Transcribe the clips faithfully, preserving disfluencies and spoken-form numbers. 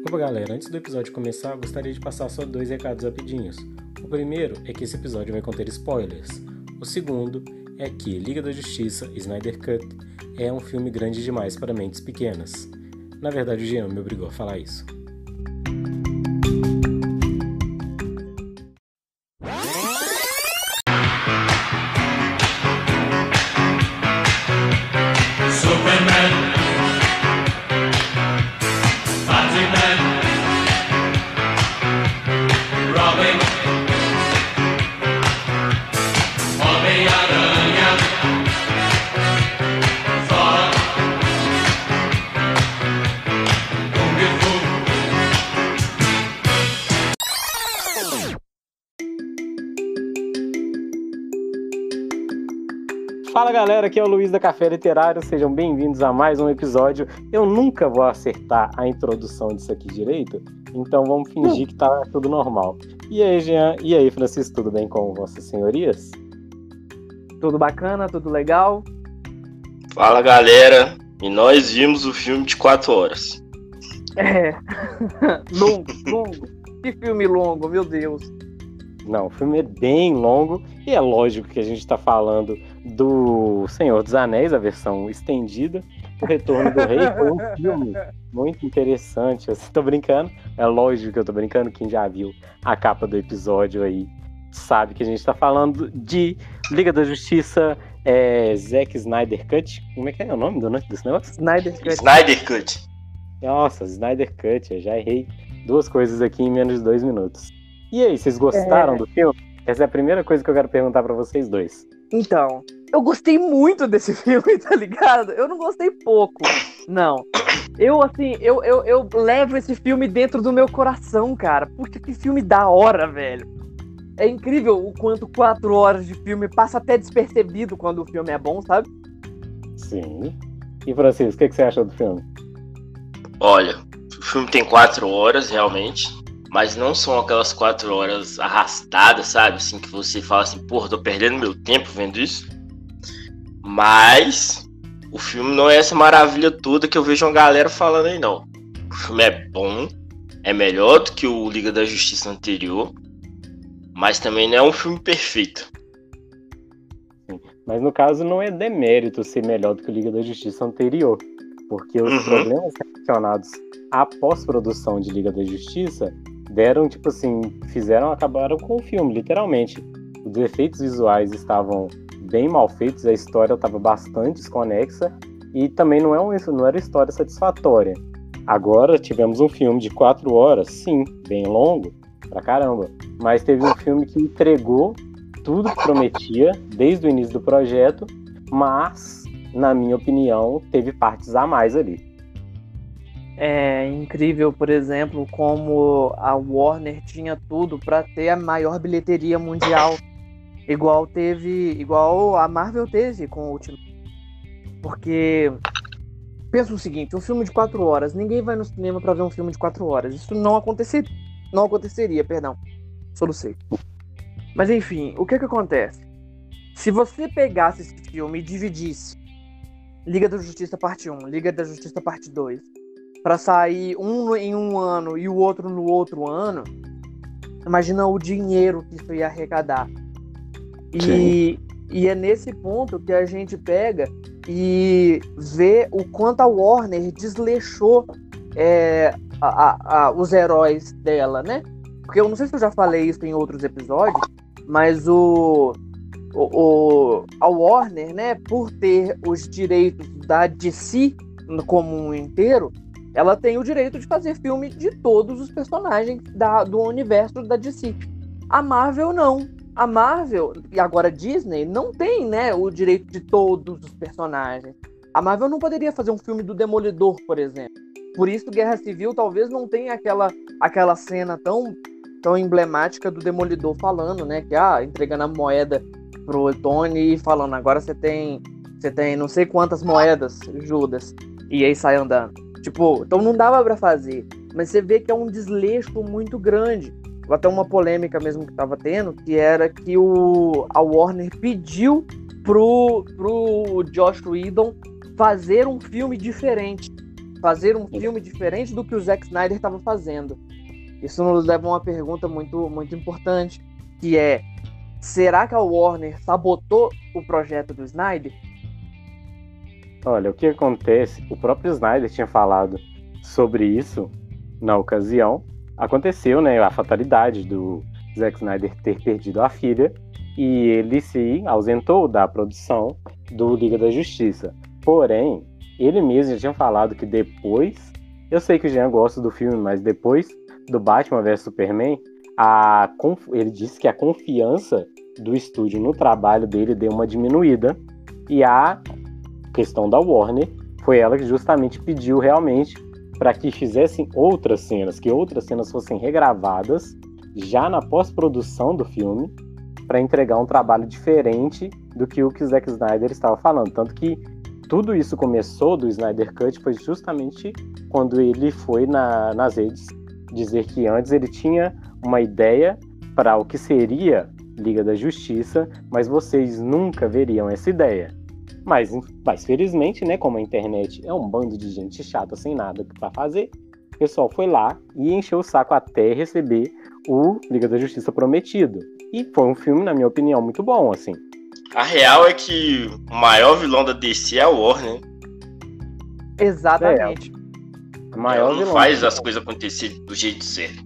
Opa galera, antes do episódio começar, eu gostaria de passar só dois recados rapidinhos. O primeiro é que esse episódio vai conter spoilers. O segundo é que Liga da Justiça, Snyder Cut, é um filme grande demais para mentes pequenas. Na verdade, o Jean me obrigou a falar isso. Fala galera, aqui é o Luiz da Café Literário, sejam bem-vindos a mais um episódio. Eu nunca vou acertar a introdução disso aqui direito, então vamos fingir que tá tudo normal. E aí, Jean, e aí, Francisco, tudo bem com vossas senhorias? Tudo bacana, tudo legal? Fala galera, e nós vimos o filme de quatro horas. É, longo, longo, que filme longo, meu Deus. Não, o filme é bem longo e é lógico que a gente tá falando do Senhor dos Anéis, a versão estendida. O Retorno do Rei foi um filme muito interessante. Eu tô brincando, é lógico que eu tô brincando. Quem já viu a capa do episódio aí sabe que a gente tá falando de Liga da Justiça, é, Zack Snyder Cut. Como é que é o nome do, desse negócio? Snyder Cut. Snyder Cut. Nossa, Snyder Cut, eu já errei duas coisas aqui em menos de dois minutos. E aí, vocês gostaram é... do filme? Essa é a primeira coisa que eu quero perguntar pra vocês dois. Então, eu gostei muito desse filme, tá ligado? Eu não gostei pouco, não. Eu, assim, eu, eu, eu levo esse filme dentro do meu coração, cara. Puxa, que filme da hora, velho. É incrível o quanto quatro horas de filme passa até despercebido quando o filme é bom, sabe? Sim. E Francisco, o que, que você achou do filme? Olha, o filme tem quatro horas, realmente. Mas não são aquelas quatro horas arrastadas, sabe? Assim, que você fala assim, porra, tô perdendo meu tempo vendo isso. Mas o filme não é essa maravilha toda que eu vejo uma galera falando aí, não. O filme é bom, é melhor do que o Liga da Justiça anterior, mas também não é um filme perfeito. Sim. Mas no caso não é demérito ser melhor do que o Liga da Justiça anterior, porque os uhum. problemas relacionados à pós-produção de Liga da Justiça deram, tipo assim, fizeram, acabaram com o filme, literalmente. Os efeitos visuais estavam bem mal feitos, a história estava bastante desconexa e também não, é um, não era história satisfatória. Agora tivemos um filme de quatro horas, sim, bem longo, pra caramba, mas teve um filme que entregou tudo que prometia desde o início do projeto, mas, na minha opinião, teve partes a mais ali. É incrível, por exemplo, como a Warner tinha tudo para ter a maior bilheteria mundial, igual teve, igual a Marvel teve com o último. Porque pensa o seguinte, um filme de quatro horas, ninguém vai no cinema para ver um filme de quatro horas. Isso não aconteceria, não aconteceria, perdão. Solucei. Mas enfim, o que que acontece? Se você pegasse esse filme e dividisse Liga da Justiça parte um, Liga da Justiça parte dois, para sair um em um ano e o outro no outro ano, imagina o dinheiro que isso ia arrecadar. E, e é nesse ponto que a gente pega e vê o quanto a Warner desleixou é, a, a, a, os heróis dela, né? Porque eu não sei se eu já falei isso em outros episódios, mas o, o, o, a Warner, né, por ter os direitos da D C como um inteiro, ela tem o direito de fazer filme de todos os personagens da, do universo da D C. A Marvel não. A Marvel, e agora a Disney, não tem, né, o direito de todos os personagens. A Marvel não poderia fazer um filme do Demolidor, por exemplo. Por isso, Guerra Civil talvez não tenha aquela, aquela cena tão, tão emblemática do Demolidor falando, né, que, ah, entregando a moeda pro Tony e falando, agora você tem, você tem não sei quantas moedas, Judas, e aí sai andando. Tipo, então não dava pra fazer. Mas você vê que é um desleixo muito grande. Até uma polêmica mesmo que tava tendo, que era que o, a Warner pediu pro, pro Joss Whedon fazer um filme diferente. fazer um filme diferente do que o Zack Snyder estava fazendo. Isso nos leva a uma pergunta muito, muito importante, que é: será que a Warner sabotou o projeto do Snyder? Olha, o que acontece, o próprio Snyder tinha falado sobre isso na ocasião. Aconteceu, né, a fatalidade do Zack Snyder ter perdido a filha e ele se ausentou da produção do Liga da Justiça. Porém, ele mesmo já tinha falado que depois, eu sei que o Jean gosta do filme, mas depois do Batman versus Superman, a, ele disse que a confiança do estúdio no trabalho dele deu uma diminuída, e a questão da Warner foi ela que justamente pediu realmente para que fizessem outras cenas, que outras cenas fossem regravadas já na pós-produção do filme, para entregar um trabalho diferente do que o que o Zack Snyder estava falando. Tanto que tudo isso começou do Snyder Cut foi justamente quando ele foi na, nas redes dizer que antes ele tinha uma ideia para o que seria Liga da Justiça, mas vocês nunca veriam essa ideia. Mas, mas felizmente, né, como a internet é um bando de gente chata sem nada para fazer, o pessoal foi lá e encheu o saco até receber o Liga da Justiça prometido. E foi um filme, na minha opinião, muito bom, assim. A real é que o maior vilão da D C é a Warner. Exatamente. É, a maior Ela não vilão faz as coisas acontecerem do jeito certo.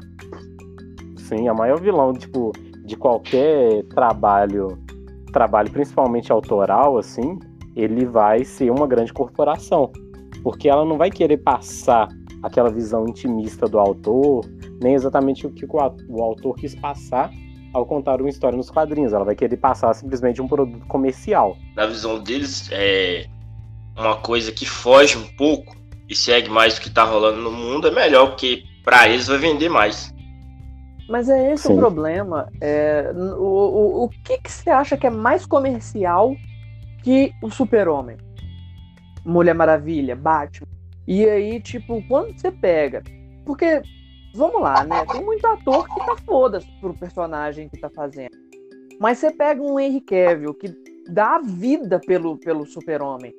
Sim, a maior vilão, tipo, de qualquer trabalho, trabalho principalmente autoral, assim, ele vai ser uma grande corporação. Porque ela não vai querer passar aquela visão intimista do autor, nem exatamente o que o autor quis passar ao contar uma história nos quadrinhos. Ela vai querer passar simplesmente um produto comercial. Na visão deles, é uma coisa que foge um pouco e segue mais o que tá rolando no mundo é melhor, porque pra eles vai vender mais. Mas é esse Sim. o problema. É, o, o, o que, que você acha que é mais comercial que o Super-Homem? Mulher Maravilha, Batman. E aí, tipo, quando você pega... Porque, vamos lá, né? Tem muito ator que tá foda-se pro personagem que tá fazendo. Mas você pega um Henry Cavill que dá a vida pelo, pelo Super-Homem.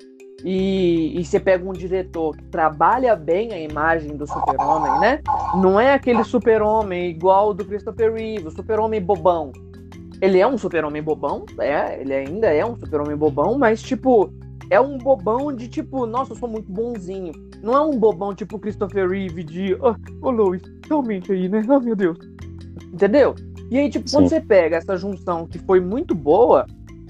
E, e você pega um diretor que trabalha bem a imagem do Super-Homem, né? Não é aquele Super-Homem igual o do Christopher Reeve, o Super-Homem bobão. Ele é um Super-Homem bobão, é, ele ainda é um Super-Homem bobão, mas, tipo, é um bobão de, tipo, nossa, eu sou muito bonzinho. Não é um bobão tipo Christopher Reeve de, ô, oh, oh, Lois, realmente aí, né? Oh, meu Deus. Entendeu? E aí, tipo, Sim. quando você pega essa junção que foi muito boa,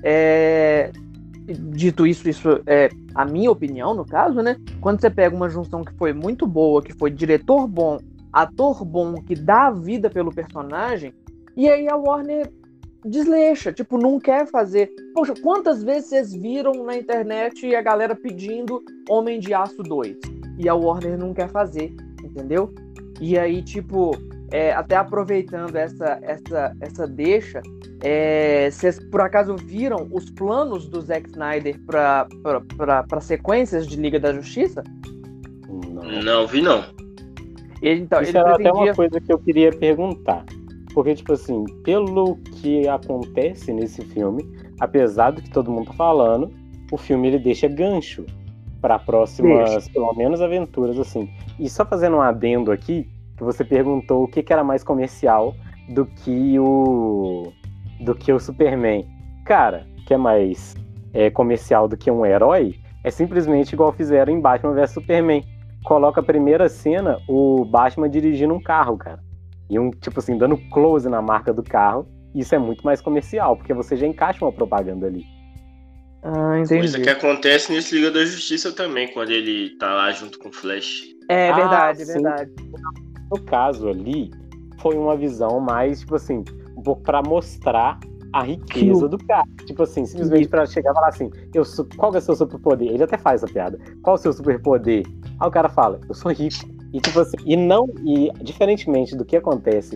é... dito isso, isso é a minha opinião, no caso, né? Quando você pega uma junção que foi muito boa, que foi diretor bom, ator bom, que dá a vida pelo personagem, e aí a Warner desleixa, tipo, não quer fazer. Poxa, quantas vezes vocês viram na internet a galera pedindo Homem de Aço dois? E a Warner não quer fazer, entendeu? E aí, tipo, é, até aproveitando essa, essa, essa deixa, é, vocês por acaso viram os planos do Zack Snyder para sequências de Liga da Justiça? Não, não vi não. Ele, então, Isso ele era pretendia... até uma coisa que eu queria perguntar. Porque, tipo assim, pelo que acontece nesse filme, apesar do que todo mundo tá falando, o filme ele deixa gancho para próximas, deixa. pelo menos, aventuras, assim. E só fazendo um adendo aqui, que você perguntou o que, que era mais comercial do que o do que o Superman. Cara, o que é mais é, comercial do que um herói é simplesmente igual fizeram em Batman versus Superman. Coloca a primeira cena, o Batman dirigindo um carro, cara. E um, tipo assim, dando close na marca do carro. Isso é muito mais comercial, porque você já encaixa uma propaganda ali. Ah, entendi. Coisa que acontece nesse Liga da Justiça também, quando ele tá lá junto com o Flash. É verdade, ah, é verdade. No caso ali, foi uma visão mais, tipo assim, um pouco pra mostrar a riqueza do cara. Tipo assim, simplesmente pra chegar e falar assim, eu sou, qual é o seu superpoder? Ele até faz essa piada. Qual é o seu superpoder? Aí o cara fala, eu sou rico. E tipo assim, e não, e diferentemente do que acontece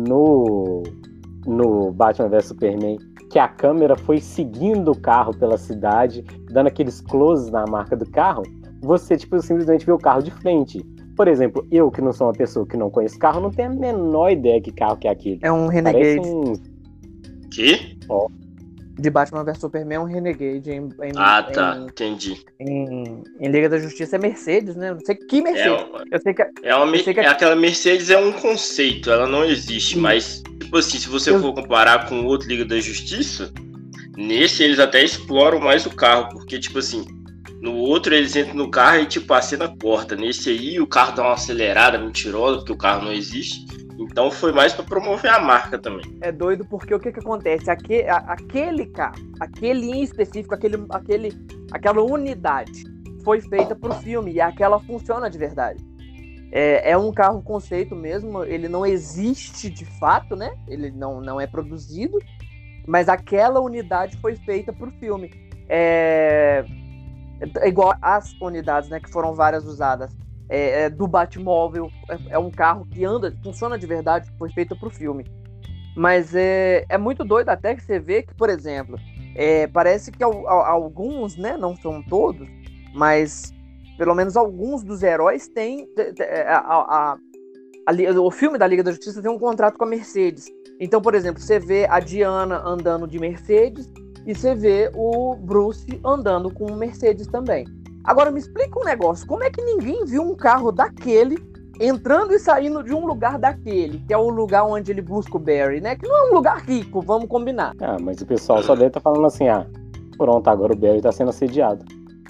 no, no Batman versus Superman, que a câmera foi seguindo o carro pela cidade, dando aqueles closes na marca do carro, você tipo simplesmente vê o carro de frente. Por exemplo, eu que não sou uma pessoa que não conhece carro, não tenho a menor ideia que carro que é aquele. É um Renegade. Parece um... Que? Ó, de Batman versus Superman é um Renegade. Em, em, Ah, tá. em, Entendi. Em, em Liga da Justiça é Mercedes, né? Eu não sei que Mercedes. É, eu sei que, é, uma, eu sei que é aquela Mercedes é um conceito, ela não existe, Sim. mas, tipo assim, se você eu... for comparar com o outro Liga da Justiça, nesse eles até exploram mais o carro, porque, tipo assim, no outro eles entram no carro e, tipo, a cena corta. Nesse aí, o carro dá uma acelerada mentirosa, porque o carro não existe. Então foi mais pra promover a marca também. É doido porque o que que acontece? Aque, a, aquele carro, aquele em específico, aquele, aquele, aquela unidade foi feita pro filme e aquela funciona de verdade. É, é um carro conceito mesmo, ele não existe de fato, né? Ele não, não é produzido, mas aquela unidade foi feita pro filme. É, é igual as unidades, né? Que foram várias usadas. É, é do Batmóvel, é, é um carro que anda, funciona de verdade, foi feito pro filme. Mas é, é muito doido até que você vê que, por exemplo, é, parece que al, al, alguns, né, não são todos, mas pelo menos alguns dos heróis têm a, a, a, a, o filme da Liga da Justiça tem um contrato com a Mercedes. Então, por exemplo, você vê a Diana andando de Mercedes e você vê o Bruce andando com Mercedes também. Agora me explica um negócio, como é que ninguém viu um carro daquele entrando e saindo de um lugar daquele, que é o lugar onde ele busca o Barry, né? Que não é um lugar rico, vamos combinar. Ah, mas o pessoal só deve estar falando assim, ah, pronto, agora o Barry tá sendo assediado.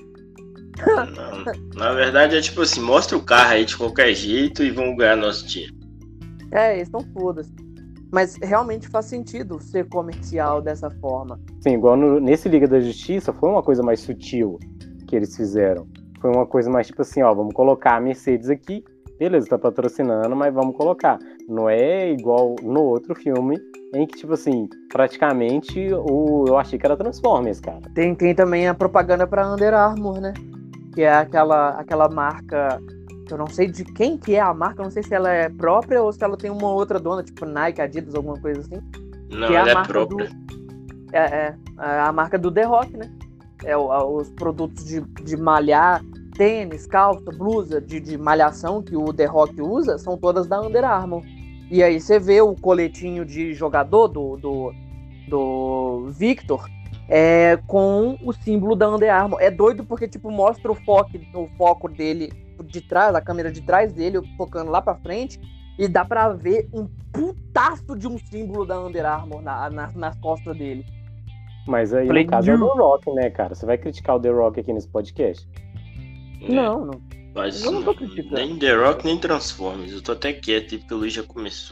Não, na verdade é tipo assim, mostra o carro aí de qualquer jeito e vamos ganhar nosso dinheiro. É, eles estão foda-se. Mas realmente faz sentido ser comercial dessa forma. Sim, igual no, nesse Liga da Justiça foi uma coisa mais sutil que eles fizeram. Foi uma coisa mais tipo assim, ó, vamos colocar a Mercedes aqui, beleza, tá patrocinando, mas vamos colocar. Não é igual no outro filme, em que, tipo assim, praticamente o, eu achei que era Transformers, cara. Tem, tem também a propaganda pra Under Armour, né? Que é aquela, aquela marca, eu não sei de quem que é a marca, eu não sei se ela é própria ou se ela tem uma outra dona, tipo Nike, Adidas, alguma coisa assim. Não, que ela é, é própria. Do, é, é, a marca do The Rock, né? É, os produtos de, de malhar, tênis, calça, blusa de, de malhação que o The Rock usa são todas da Under Armour. E aí você vê o coletinho de jogador do, do, do Victor é, com o símbolo da Under Armour. É doido porque tipo, mostra o foco, o foco dele de trás, a câmera de trás dele, focando lá pra frente, e dá pra ver um putaço de um símbolo da Under Armour na, na, nas costas dele. Mas aí, Falei, no caso, é o The Rock, né, cara? Você vai criticar o The Rock aqui nesse podcast? É, não, não. Mas eu não tô criticando. Nem The Rock, nem Transformers. Eu tô até quieto aí, porque o Luiz já começou.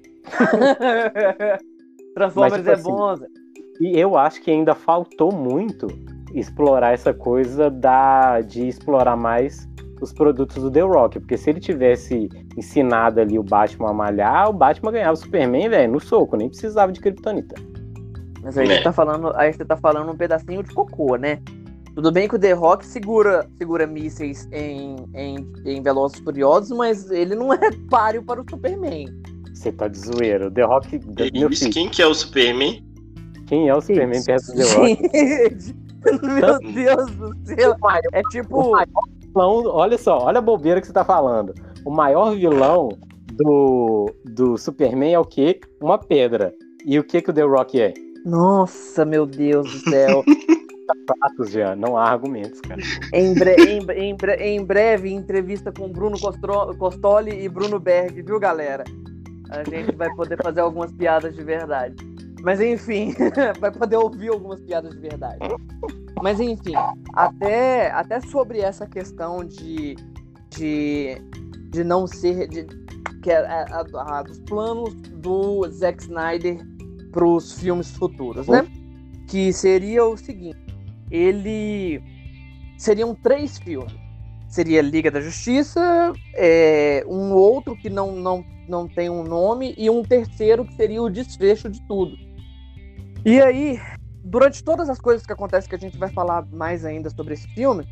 Transformers Mas, tipo, é bom, assim, e eu acho que ainda faltou muito explorar essa coisa da, de explorar mais os produtos do The Rock. Porque se ele tivesse ensinado ali o Batman a malhar, o Batman ganhava o Superman, velho, no soco. Nem precisava de Kryptonita. Mas aí, é. você tá falando, aí você tá falando um pedacinho de cocô, né? Tudo bem que o The Rock segura, segura mísseis em, em, em Velozes e Furiosos, mas ele não é páreo para o Superman. Você tá de zoeira. O The Rock... E meu filho. Quem que é o Superman? Quem é o Superman Sim. perto do The Rock? Meu Deus do céu. É tipo... O maior vilão, olha só, olha a bobeira que você tá falando. O maior vilão do, do Superman é o quê? Uma pedra. E o que que o The Rock é? Nossa, meu Deus do céu. Fatos, já, não há argumentos, cara. Em, bre- em, em, bre- em breve, entrevista com Bruno Costro- Costoli e Bruno Berg, viu, galera? A gente vai poder fazer algumas piadas de verdade. Mas enfim, vai poder ouvir algumas piadas de verdade. Mas enfim, até, até sobre essa questão de, de, de não ser... De, que é a, a, a, dos planos do Zack Snyder para os filmes futuros, né? Que seria o seguinte, ele... Seriam três filmes. Seria Liga da Justiça, é, um outro que não, não, não tem um nome, e um terceiro que seria o desfecho de tudo. E aí, durante todas as coisas que acontecem, que a gente vai falar mais ainda sobre esse filme,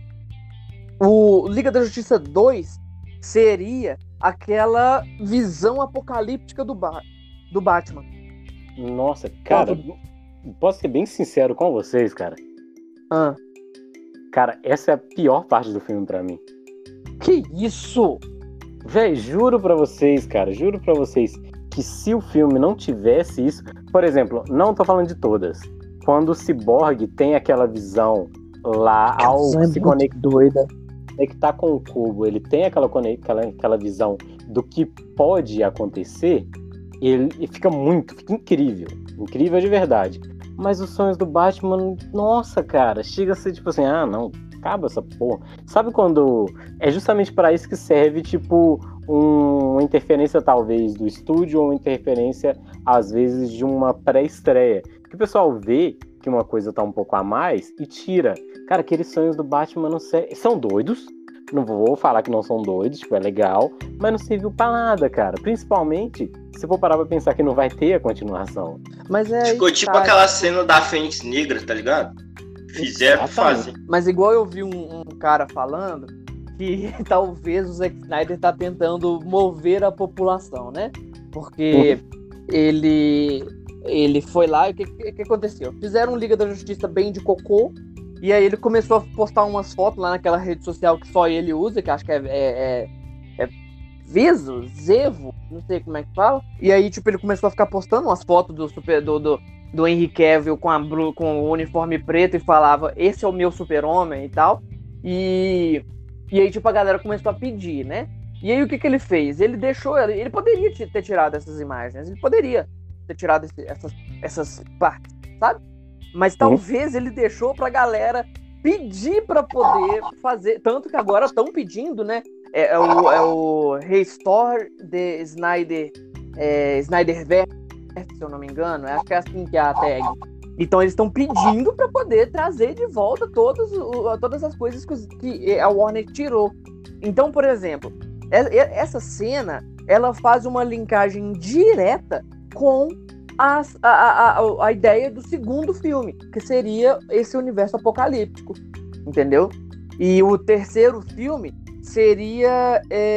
o Liga da Justiça dois seria aquela visão apocalíptica do, ba- do Batman. Nossa, cara, posso ser bem sincero com vocês, cara? Ah. Cara, essa é a pior parte do filme pra mim. Que isso? Véi, juro pra vocês, cara, juro pra vocês que se o filme não tivesse isso... Por exemplo, não tô falando de todas, quando o Cyborg tem aquela visão lá ao é se conectar, doida. conectar com o cubo, ele tem aquela, aquela, aquela visão do que pode acontecer, ele, ele fica muito, fica incrível, incrível de verdade. Mas os sonhos do Batman, nossa, cara, chega a ser tipo assim, ah, não, acaba essa porra. Sabe quando... É justamente para isso que serve, tipo, um, uma interferência, talvez, do estúdio, ou uma interferência, às vezes, de uma pré-estreia. Que o pessoal vê que uma coisa tá um pouco a mais e tira. Cara, aqueles sonhos do Batman não sei, são doidos. Não vou falar que não são doidos, tipo, é legal, mas não serviu pra nada, cara. Principalmente, se for parar pra pensar que não vai ter a continuação. Mas é Ficou aí, tipo tá. aquela cena da Fênix Negra, tá ligado? Fizeram fazer. Mas igual eu vi um, um cara falando que talvez o Zack Snyder tá tentando mover a população, né? Porque uhum. ele, ele foi lá e o que, que, que aconteceu? Fizeram um Liga da Justiça bem de cocô. E aí ele começou a postar umas fotos lá naquela rede social que só ele usa, que acho que é, é, é, é Viso, Zevo, não sei como é que fala. E aí, tipo, ele começou a ficar postando umas fotos do, super, do, do, do Henry Cavill com, a, com o uniforme preto e falava, esse é o meu super-homem e tal. E, e aí, tipo, a galera começou a pedir, né? E aí, o que que ele fez? Ele deixou, ele poderia ter tirado essas imagens, ele poderia ter tirado esse, essas, essas partes, sabe? Mas talvez ele deixou pra galera pedir pra poder fazer. Tanto que agora estão pedindo, né? É, é, o, é o Restore the Snyder, é, Snyderverse, se eu não me engano. Acho que é assim que é a tag. Então eles estão pedindo pra poder trazer de volta todos, todas as coisas que a Warner tirou. Então, por exemplo, essa cena ela faz uma linkagem direta com A, a, a, a ideia do segundo filme, que seria esse universo apocalíptico, entendeu? E o terceiro filme seria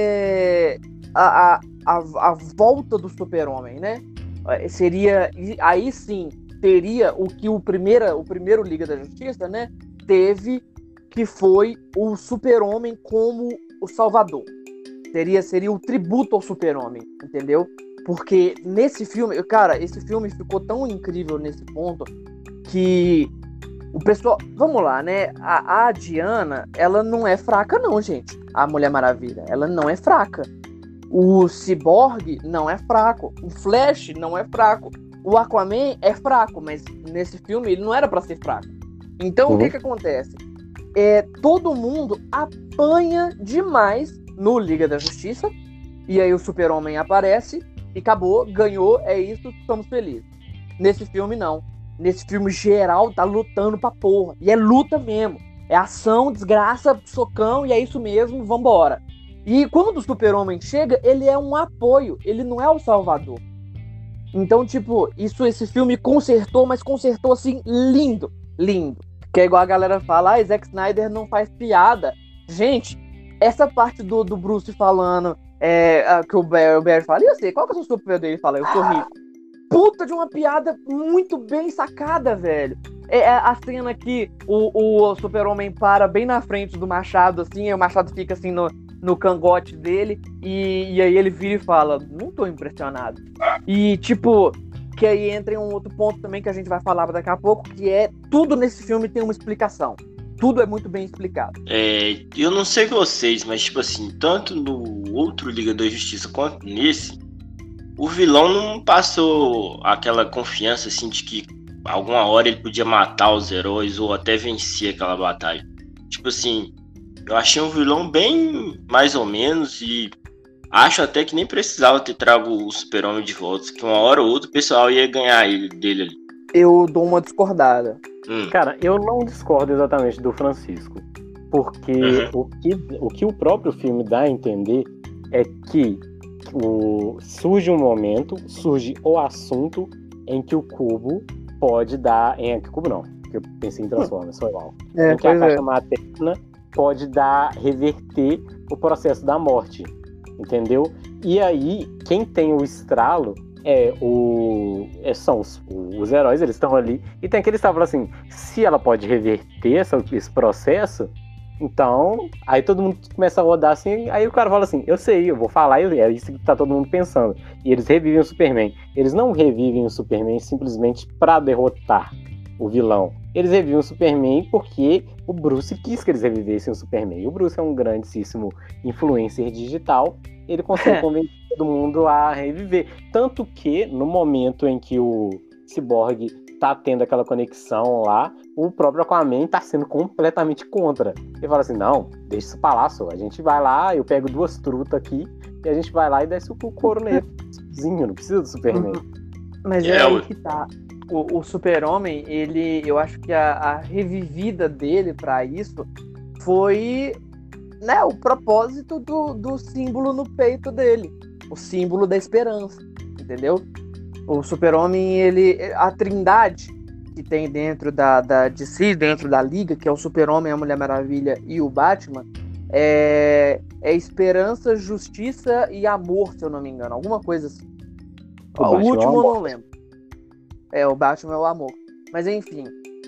é, a, a, a volta do super-homem, né? Seria, aí sim, teria o que o, primeira, o primeiro Liga da Justiça, né, teve, que foi o super-homem como o salvador. Seria, seria o tributo ao super-homem, entendeu? Porque nesse filme, cara, esse filme ficou tão incrível nesse ponto que o pessoal... Vamos lá, né? A, a Diana, ela não é fraca não, gente. A Mulher Maravilha, ela não é fraca. O Cyborg não é fraco. O Flash não é fraco. O Aquaman é fraco, mas nesse filme ele não era pra ser fraco. Então, uhum. o que que acontece? É, todo mundo apanha demais no Liga da Justiça, e aí o Super-Homem aparece... E acabou, ganhou, é isso, estamos felizes. Nesse filme, não. Nesse filme, geral tá lutando pra porra. E é luta mesmo. É ação, desgraça, socão, e é isso mesmo, vambora. E quando o Super-Homem chega, ele é um apoio. Ele não é o salvador. Então, tipo, isso esse filme consertou, mas consertou, assim, lindo. Lindo. Que é igual a galera fala, ah, Zack Snyder não faz piada. Gente, essa parte do, do Bruce falando... É, que o Barry, o Barry fala, e eu sei, qual que é o seu superpoder? Ele fala, eu sou rico. Puta de uma piada muito bem sacada, velho. É a cena que o, o Super-Homem para bem na frente do Machado, assim, e o Machado fica assim no, no cangote dele, e, e aí ele vira e fala, não tô impressionado. E tipo, que aí entra em um outro ponto também que a gente vai falar daqui a pouco, que é, tudo nesse filme tem uma explicação. Tudo é muito bem explicado. É, eu não sei vocês, mas tipo assim, tanto no outro Liga da Justiça quanto nesse, o vilão não passou aquela confiança assim de que alguma hora ele podia matar os heróis ou até vencer aquela batalha. Tipo assim, eu achei um vilão bem mais ou menos e acho até que nem precisava ter trago o Super-Homem de volta, que uma hora ou outra o pessoal ia ganhar ele, dele ali. Eu dou uma discordada. Hum. Cara, eu não discordo exatamente do Francisco, porque uhum. o, que, o que o próprio filme dá a entender é que o, surge um momento, surge o assunto em que o cubo pode dar... Em que cubo não, porque eu pensei em Transformers, foi mal. É, em que a caixa é. materna pode dar, reverter o processo da morte, entendeu? E aí, quem tem o estralo é o... É, são os, os heróis, eles estão ali, e tem aquele estalo assim, se ela pode reverter essa, esse processo, então, aí todo mundo começa a rodar assim, aí o cara fala assim, eu sei, eu vou falar, é isso que tá todo mundo pensando. E eles revivem o Superman. Eles não revivem o Superman simplesmente pra derrotar. o vilão. Eles reviviam o Superman porque o Bruce quis que eles revivessem o Superman. E o Bruce é um grandíssimo influencer digital. Ele consegue convencer todo mundo a reviver. Tanto que, no momento em que o Cyborg tá tendo aquela conexão lá, o próprio Aquaman tá sendo completamente contra. Ele fala assim, não, deixa isso pra lá só. A gente vai lá, eu pego duas trutas aqui, e a gente vai lá e desce o couro nele. Sozinho, não precisa do Superman. Mas é, é aí que tá. O, o Super-Homem, ele, eu acho que a, a revivida dele pra isso foi, né, o propósito do, do símbolo no peito dele. O símbolo da esperança, entendeu? O Super-Homem, ele, a trindade que tem dentro da, da D C, dentro da Liga, que é o Super-Homem, a Mulher Maravilha e o Batman, é, é esperança, justiça e amor, se eu não me engano. Alguma coisa assim. O, o último eu não lembro. É, o Batman é o amor. Mas enfim,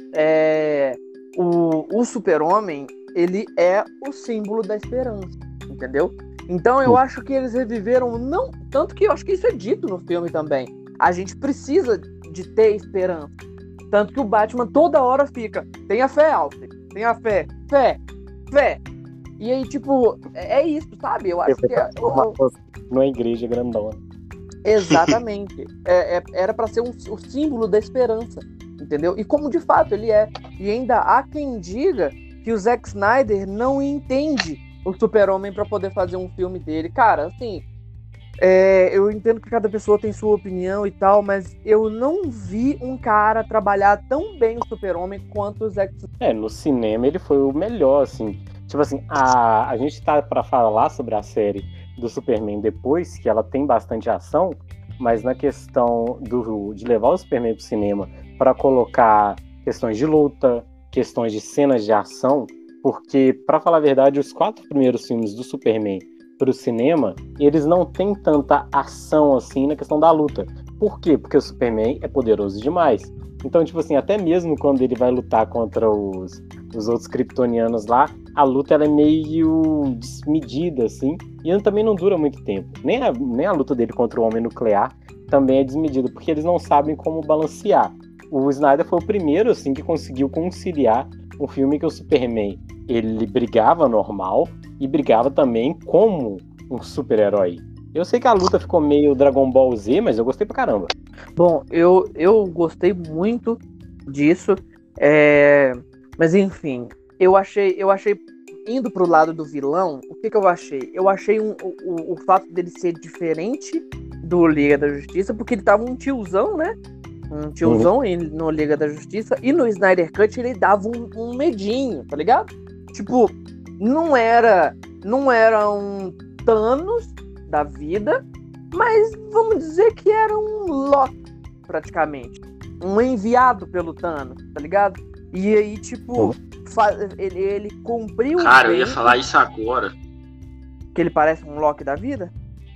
é, o, o Super-Homem, ele é o símbolo da esperança, entendeu? Então eu acho que eles reviveram, não, tanto que eu acho que isso é dito no filme também. A gente precisa de ter esperança. Tanto que o Batman toda hora fica, tenha fé, Alfred, tenha fé, fé, fé. E aí, tipo, é isso, sabe? Eu acho que é... Uma numa igreja grandona. Exatamente. é, é, era pra ser um, o símbolo da esperança, entendeu? E como de fato ele é. E ainda há quem diga que o Zack Snyder não entende o Super-Homem pra poder fazer um filme dele. Cara, assim... É, eu entendo que cada pessoa tem sua opinião e tal, mas eu não vi um cara trabalhar tão bem o Super-Homem quanto o Zack Snyder. É, no cinema ele foi o melhor, assim. Tipo assim, a, a gente tá pra falar sobre a série do Superman depois, que ela tem bastante ação, mas na questão do, de levar o Superman pro cinema para colocar questões de luta, questões de cenas de ação, porque, pra falar a verdade, os quatro primeiros filmes do Superman pro cinema, eles não têm tanta ação assim na questão da luta. Por quê? Porque o Superman é poderoso demais. Então, tipo assim, até mesmo quando ele vai lutar contra os, os outros kryptonianos lá, a luta ela é meio desmedida, assim, e também não dura muito tempo. Nem a, nem a luta dele contra o Homem Nuclear também é desmedida, porque eles não sabem como balancear. O Snyder foi o primeiro, assim, que conseguiu conciliar um filme que o Superman, ele brigava normal, e brigava também como um super-herói. Eu sei que a luta ficou meio Dragon Ball Z, mas eu gostei pra caramba. Bom, eu, eu gostei muito disso. É... Mas enfim, eu achei, eu achei, indo pro lado do vilão, o que que eu achei? Eu achei um, o, o fato dele ser diferente do Liga da Justiça, porque ele tava um tiozão, né? Um tiozão uhum. no Liga da Justiça, e no Snyder Cut ele dava um, um medinho, tá ligado? Tipo... Não era, não era um Thanos da vida, mas vamos dizer que era um Loki, praticamente. Um enviado pelo Thanos, tá ligado? E aí, tipo, ele, ele cumpriu... Cara, eu ia falar isso agora. Que ele parece um Loki da vida?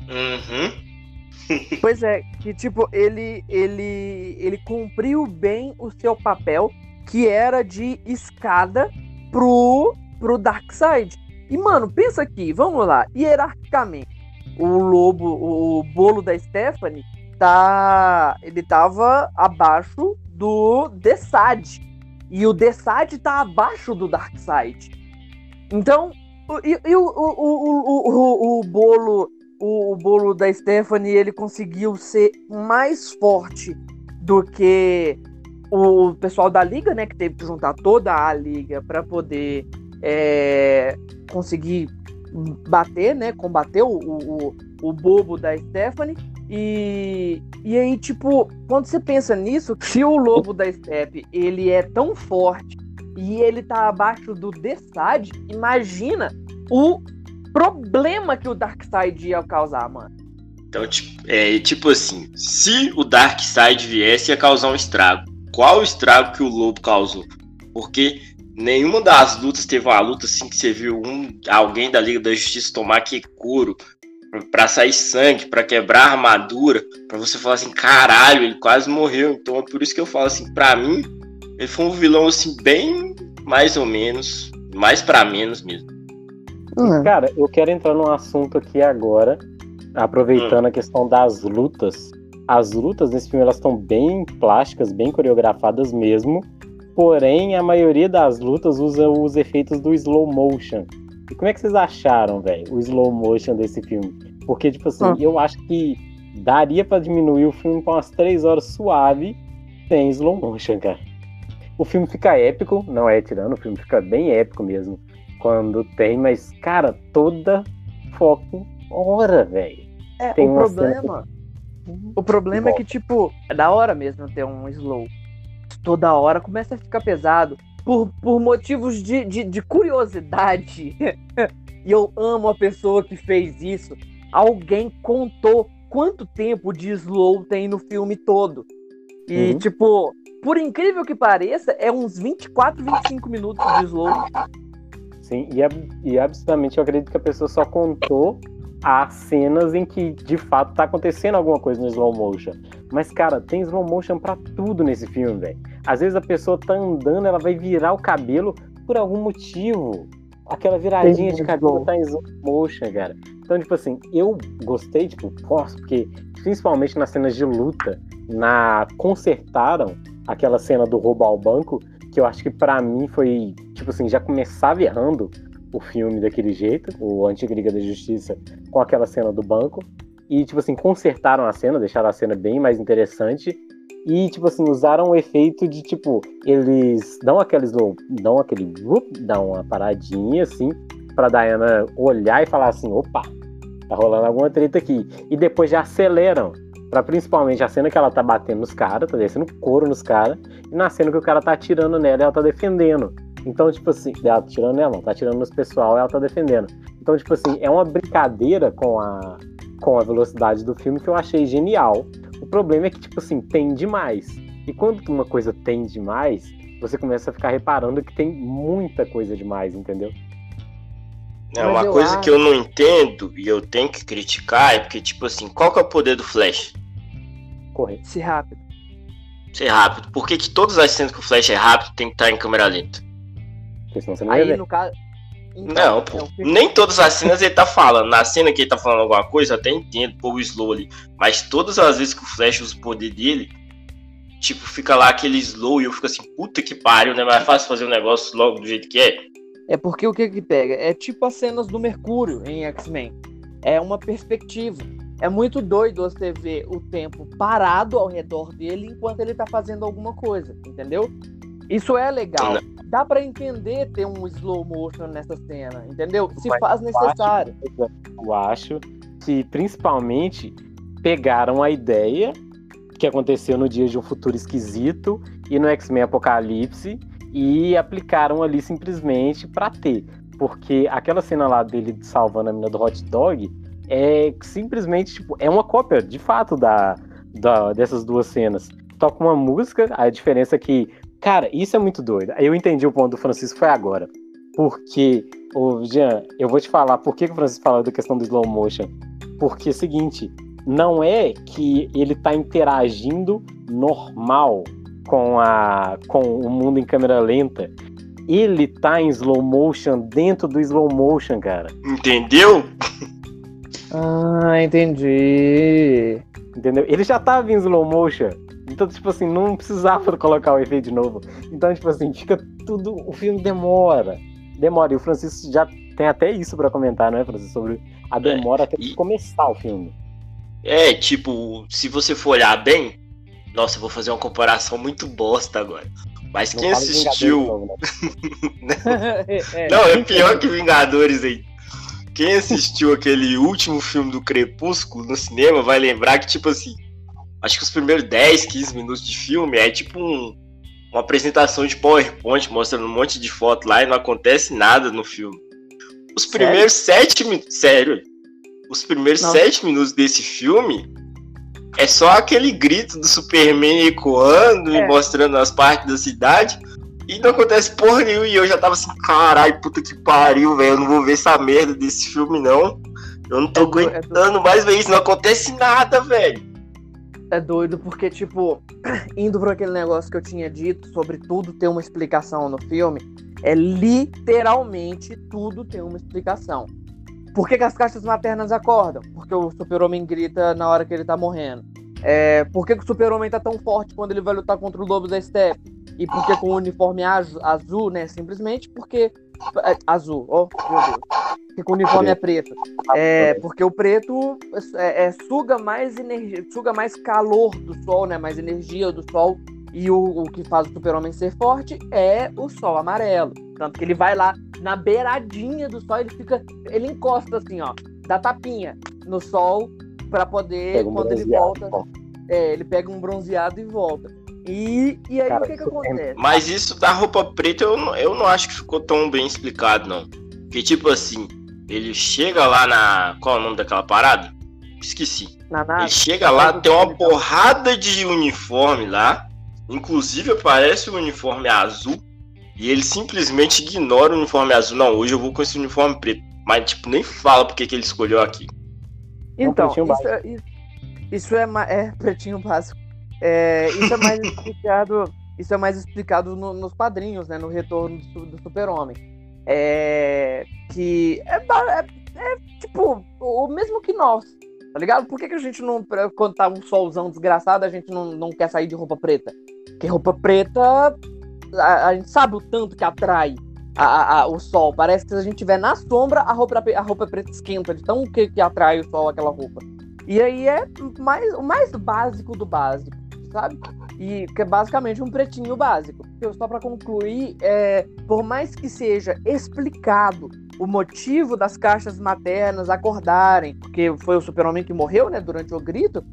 Uhum. Pois é, que tipo, ele, ele, ele cumpriu bem o seu papel, que era de escada pro... pro Darkseid. E, mano, pensa aqui, vamos lá, hierarquicamente, o lobo, o bolo da Stephanie, tá, ele tava abaixo do Desaad. E o Desaad tá abaixo do Darkseid. Então, e, e o, o, o, o, o, bolo, o, o bolo da Stephanie, ele conseguiu ser mais forte do que o pessoal da Liga, né, que teve que juntar toda a Liga para poder É, conseguir bater, né? Combater o, o, o bobo da Stephanie. E, e aí, tipo, quando você pensa nisso, se o lobo da Steppe ele é tão forte e ele tá abaixo do Desaad, imagina o problema que o Darkseid ia causar, mano. Então, tipo, é, tipo assim, se o Darkseid viesse, ia causar um estrago. Qual o estrago que o lobo causou? Porque nenhuma das lutas teve uma luta assim que você viu um, alguém da Liga da Justiça tomar que couro pra sair sangue, pra quebrar a armadura, pra você falar assim, caralho, ele quase morreu. Então é por isso que eu falo assim, pra mim, ele foi um vilão assim, bem mais ou menos, mais pra menos mesmo. Uhum. Cara, eu quero entrar num assunto aqui agora, aproveitando hum. a questão das lutas. As lutas nesse filme, elas estão bem plásticas, bem coreografadas mesmo. porém a maioria das lutas usa os efeitos do slow motion. E como é que vocês acharam, velho, o slow motion desse filme? Porque, tipo assim, ah. eu acho que daria pra diminuir o filme pra umas três horas suave sem slow motion, cara. O filme fica épico, não é tirando, o filme fica bem épico mesmo quando tem, mas, cara, toda foco hora, velho. É, tem o problema... Cena... O problema é que, tipo, é da hora mesmo ter um slow. Toda hora começa a ficar pesado por, por motivos de, de, de curiosidade. E eu amo a pessoa que fez isso. Alguém contou quanto tempo de slow tem no filme todo. E, uhum. tipo, por incrível que pareça, é uns vinte e quatro, vinte e cinco minutos de slow. Sim, e, e absolutamente eu acredito que a pessoa só contou as cenas em que, de fato, tá acontecendo alguma coisa no slow motion. Mas, cara, tem slow motion pra tudo nesse filme, velho. Às vezes a pessoa tá andando, ela vai virar o cabelo por algum motivo. Aquela viradinha Sim, de cabelo bom. Tá em slow motion, cara. Então, tipo assim, eu gostei, tipo, posso, porque principalmente nas cenas de luta, na consertaram aquela cena do roubo ao banco, que eu acho que pra mim foi, tipo assim, já começava errando o filme daquele jeito, o Antiga Liga da Justiça, com aquela cena do banco, e, tipo assim, consertaram a cena, deixaram a cena bem mais interessante, e, tipo assim, usaram o efeito de, tipo, eles dão aquele slow, dão aquele, dão uma paradinha, assim, pra Diana olhar e falar assim, opa, tá rolando alguma treta aqui, e depois já aceleram, pra principalmente a cena que ela tá batendo nos caras, tá descendo couro nos caras, e na cena que o cara tá atirando nela e ela tá defendendo. Então, tipo assim, ela tá tirando ela, não, tá tirando nos pessoal e ela tá defendendo. Então, tipo assim, é uma brincadeira com a, com a velocidade do filme que eu achei genial. O problema é que, tipo assim, tem demais. E quando uma coisa tem demais, você começa a ficar reparando que tem muita coisa demais, entendeu? É, uma coisa acho... que eu não entendo e eu tenho que criticar é porque, tipo assim, qual que é o poder do Flash? Correr. Ser rápido. Ser rápido. Por que que todas as cenas que o Flash é rápido tem que estar em câmera lenta? Porque senão você não Aí, ia ver. no caso... Então, não, pô. É um... Nem todas as cenas ele tá falando. Na cena que ele tá falando alguma coisa, eu até entendo, pô, o slow ali. Mas todas as vezes que o Flash usa o poder dele, tipo, fica lá aquele slow e eu fico assim, puta que pariu, né? Mais fácil fazer o um negócio logo do jeito que é. É porque o que que pega? É tipo as cenas do Mercúrio em X-Men. É uma perspectiva. É muito doido você ver o tempo parado ao redor dele enquanto ele tá fazendo alguma coisa, entendeu? Isso é legal. Não. Dá pra entender ter um slow motion nessa cena, entendeu? Se Mas faz necessário. Eu acho, eu acho que, principalmente, pegaram a ideia que aconteceu no Dia de um Futuro Esquisito e no X-Men Apocalipse e aplicaram ali simplesmente pra ter. Porque aquela cena lá dele salvando a mina do hot dog é simplesmente, tipo, é uma cópia, de fato, da, da, dessas duas cenas. Toca uma música, a diferença é que, cara, isso é muito doido. Eu entendi o ponto do Francisco, foi agora. Porque, ô, Jean, eu vou te falar por que o Francisco falou da questão do slow motion. Porque é o seguinte, não é que ele tá interagindo normal com, a, com o mundo em câmera lenta. Ele tá em slow motion dentro do slow motion, cara. Entendeu? Ah, entendi. Entendeu? Ele já tava em slow motion. Então, tipo assim, não precisava colocar o efeito de novo. Então, tipo assim, fica tudo... O filme demora. Demora. E o Francisco já tem até isso pra comentar, não é, Francisco? Sobre a demora é, até e... começar o filme. É, tipo, se você for olhar bem... Nossa, eu vou fazer uma comparação muito bosta agora. Mas não quem assistiu... Novo, né? Não, é pior que Vingadores aí. Quem assistiu aquele último filme do Crepúsculo no cinema vai lembrar que, tipo assim, acho que os primeiros dez, quinze minutos de filme é tipo um, uma apresentação de PowerPoint mostrando um monte de foto lá e não acontece nada no filme. Os primeiros sério? sete minutos. Sério, os primeiros não. sete minutos desse filme é só aquele grito do Superman ecoando é. e mostrando as partes da cidade. E não acontece porra nenhuma. E eu já tava assim, caralho, puta que pariu, velho. Eu não vou ver essa merda desse filme, não. Eu não tô é aguentando é mais ver isso. Não acontece nada, velho. É doido porque, tipo, indo pra aquele negócio que eu tinha dito sobre tudo ter uma explicação no filme, é literalmente tudo tem uma explicação. Por que que as caixas maternas acordam? Porque o Super-Homem grita na hora que ele tá morrendo. É, por que que o Super-Homem tá tão forte quando ele vai lutar contra o Lobo da Steppe? e porque com o uniforme azul, né? Simplesmente porque... Azul, ó, oh, meu Deus. Porque com o uniforme é preto. É, porque o preto é, é, suga mais energia, suga mais calor do sol, né? Mais energia do sol. E o, o que faz o Super-Homem ser forte é o sol amarelo. Tanto que ele vai lá na beiradinha do sol, ele fica. Ele encosta assim, ó, dá tapinha no sol pra poder, um quando ele volta. É, ele pega um bronzeado e volta. E, e aí Cara, o que que acontece? Mas isso da roupa preta eu não, eu não acho que ficou tão bem explicado, não. Porque, tipo assim, ele chega lá na... Qual é o nome daquela parada? Esqueci. Na nave. Ele chega lá, tem uma porrada de uniforme lá. Inclusive aparece o uniforme azul. E ele simplesmente ignora o uniforme azul. Não, hoje eu vou com esse uniforme preto. Mas, tipo, nem fala porque que ele escolheu aqui. Então, isso é, isso é, é pretinho básico. É, isso é mais explicado, isso é mais explicado no, nos quadrinhos, né? No Retorno do, do Super-Homem. É, que é, é, é tipo o mesmo que nós, tá ligado? Por que, que a gente não, quando tá um solzão desgraçado, a gente não, não quer sair de roupa preta? Porque roupa preta, a, a gente sabe o tanto que atrai a, a, a, o sol. Parece que se a gente tiver na sombra, a roupa, a roupa preta esquenta de tão que, que atrai o sol aquela roupa. E aí é mais, o mais básico do básico, sabe? E que é basicamente um pretinho básico. Só para concluir, é, por mais que seja explicado o motivo das caixas maternas acordarem, porque foi o Super-Homem que morreu, né, durante o grito,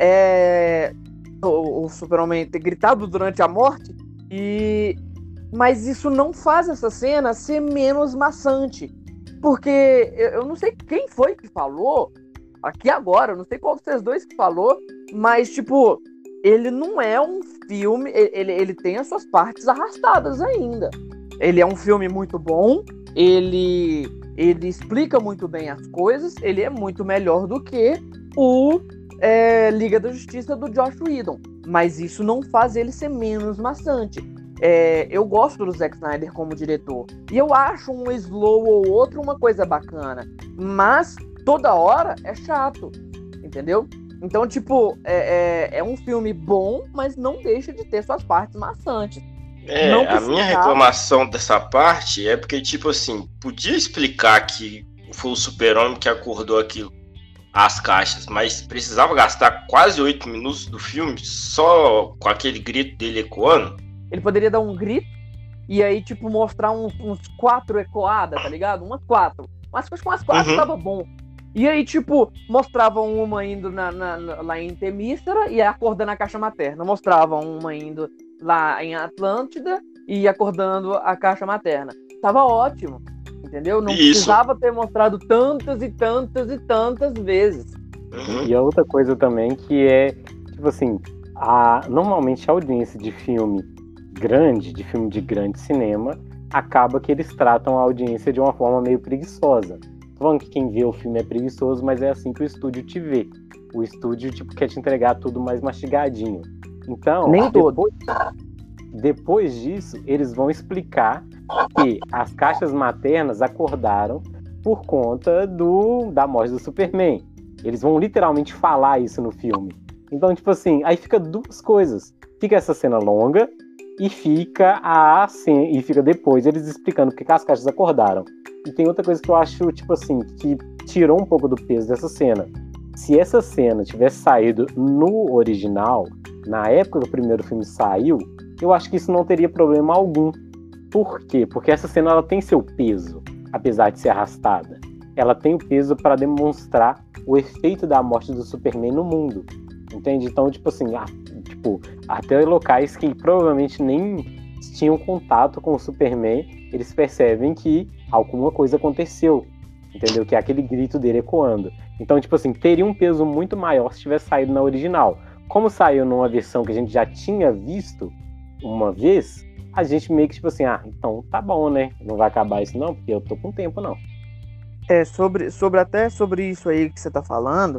é, o, o Super-Homem ter gritado durante a morte, e, mas isso não faz essa cena ser menos maçante. Porque eu, eu não sei quem foi que falou, aqui agora, eu não sei qual vocês dois que falou, mas tipo... Ele não é um filme... Ele, ele tem as suas partes arrastadas ainda. Ele é um filme muito bom. Ele, ele explica muito bem as coisas. Ele é muito melhor do que o é, Liga da Justiça do Joss Whedon. Mas isso não faz ele ser menos maçante. É, eu gosto do Zack Snyder como diretor. E eu acho um slow ou outro uma coisa bacana. Mas toda hora é chato. Entendeu? Então, tipo, é, é, é um filme bom, mas não deixa de ter suas partes maçantes. É, não a minha reclamação dessa parte é porque, tipo assim, podia explicar que foi o Super-Homem que acordou aquilo, as caixas, mas precisava gastar quase oito minutos do filme só com aquele grito dele ecoando? Ele poderia dar um grito e aí, tipo, mostrar uns, uns quatro ecoadas, tá ligado? Umas quatro. Mas com umas quatro uhum. Tava bom. E aí, tipo, mostravam uma indo na, na, na, lá em Temícera e acordando a caixa materna. Mostravam uma indo lá em Atlântida e acordando a caixa materna. Tava ótimo, entendeu? Não Isso. precisava ter mostrado tantas e tantas e tantas vezes. Uhum. E a outra coisa também que é, tipo assim, a, normalmente a audiência de filme grande, de filme de grande cinema, acaba que eles tratam a audiência de uma forma meio preguiçosa. Falando que quem vê o filme é preguiçoso, mas é assim que o estúdio te vê. O estúdio tipo, quer te entregar tudo mais mastigadinho. Então, Nem depois, todo. depois disso, eles vão explicar que as caixas maternas acordaram por conta do, da morte do Superman. Eles vão literalmente falar isso no filme. Então, tipo assim, aí fica duas coisas. Fica essa cena longa e fica a cena, e fica depois eles explicando porque que as caixas acordaram. E tem outra coisa que eu acho, tipo assim, que tirou um pouco do peso dessa cena. Se essa cena tivesse saído no original, na época que o primeiro filme saiu, eu acho que isso não teria problema algum. Por quê? Porque essa cena ela tem seu peso, apesar de ser arrastada. Ela tem o peso para demonstrar o efeito da morte do Superman no mundo. Entende? Então, tipo assim, ah, tipo, até locais que provavelmente nem tinham contato com o Superman, eles percebem que alguma coisa aconteceu, entendeu? Que é aquele grito dele ecoando. Então, tipo assim, teria um peso muito maior se tivesse saído na original. Como saiu numa versão que a gente já tinha visto uma vez, a gente meio que tipo assim, ah, então tá bom, né? Não vai acabar isso não, porque eu tô com tempo, não. É, sobre, sobre até sobre isso aí que você tá falando,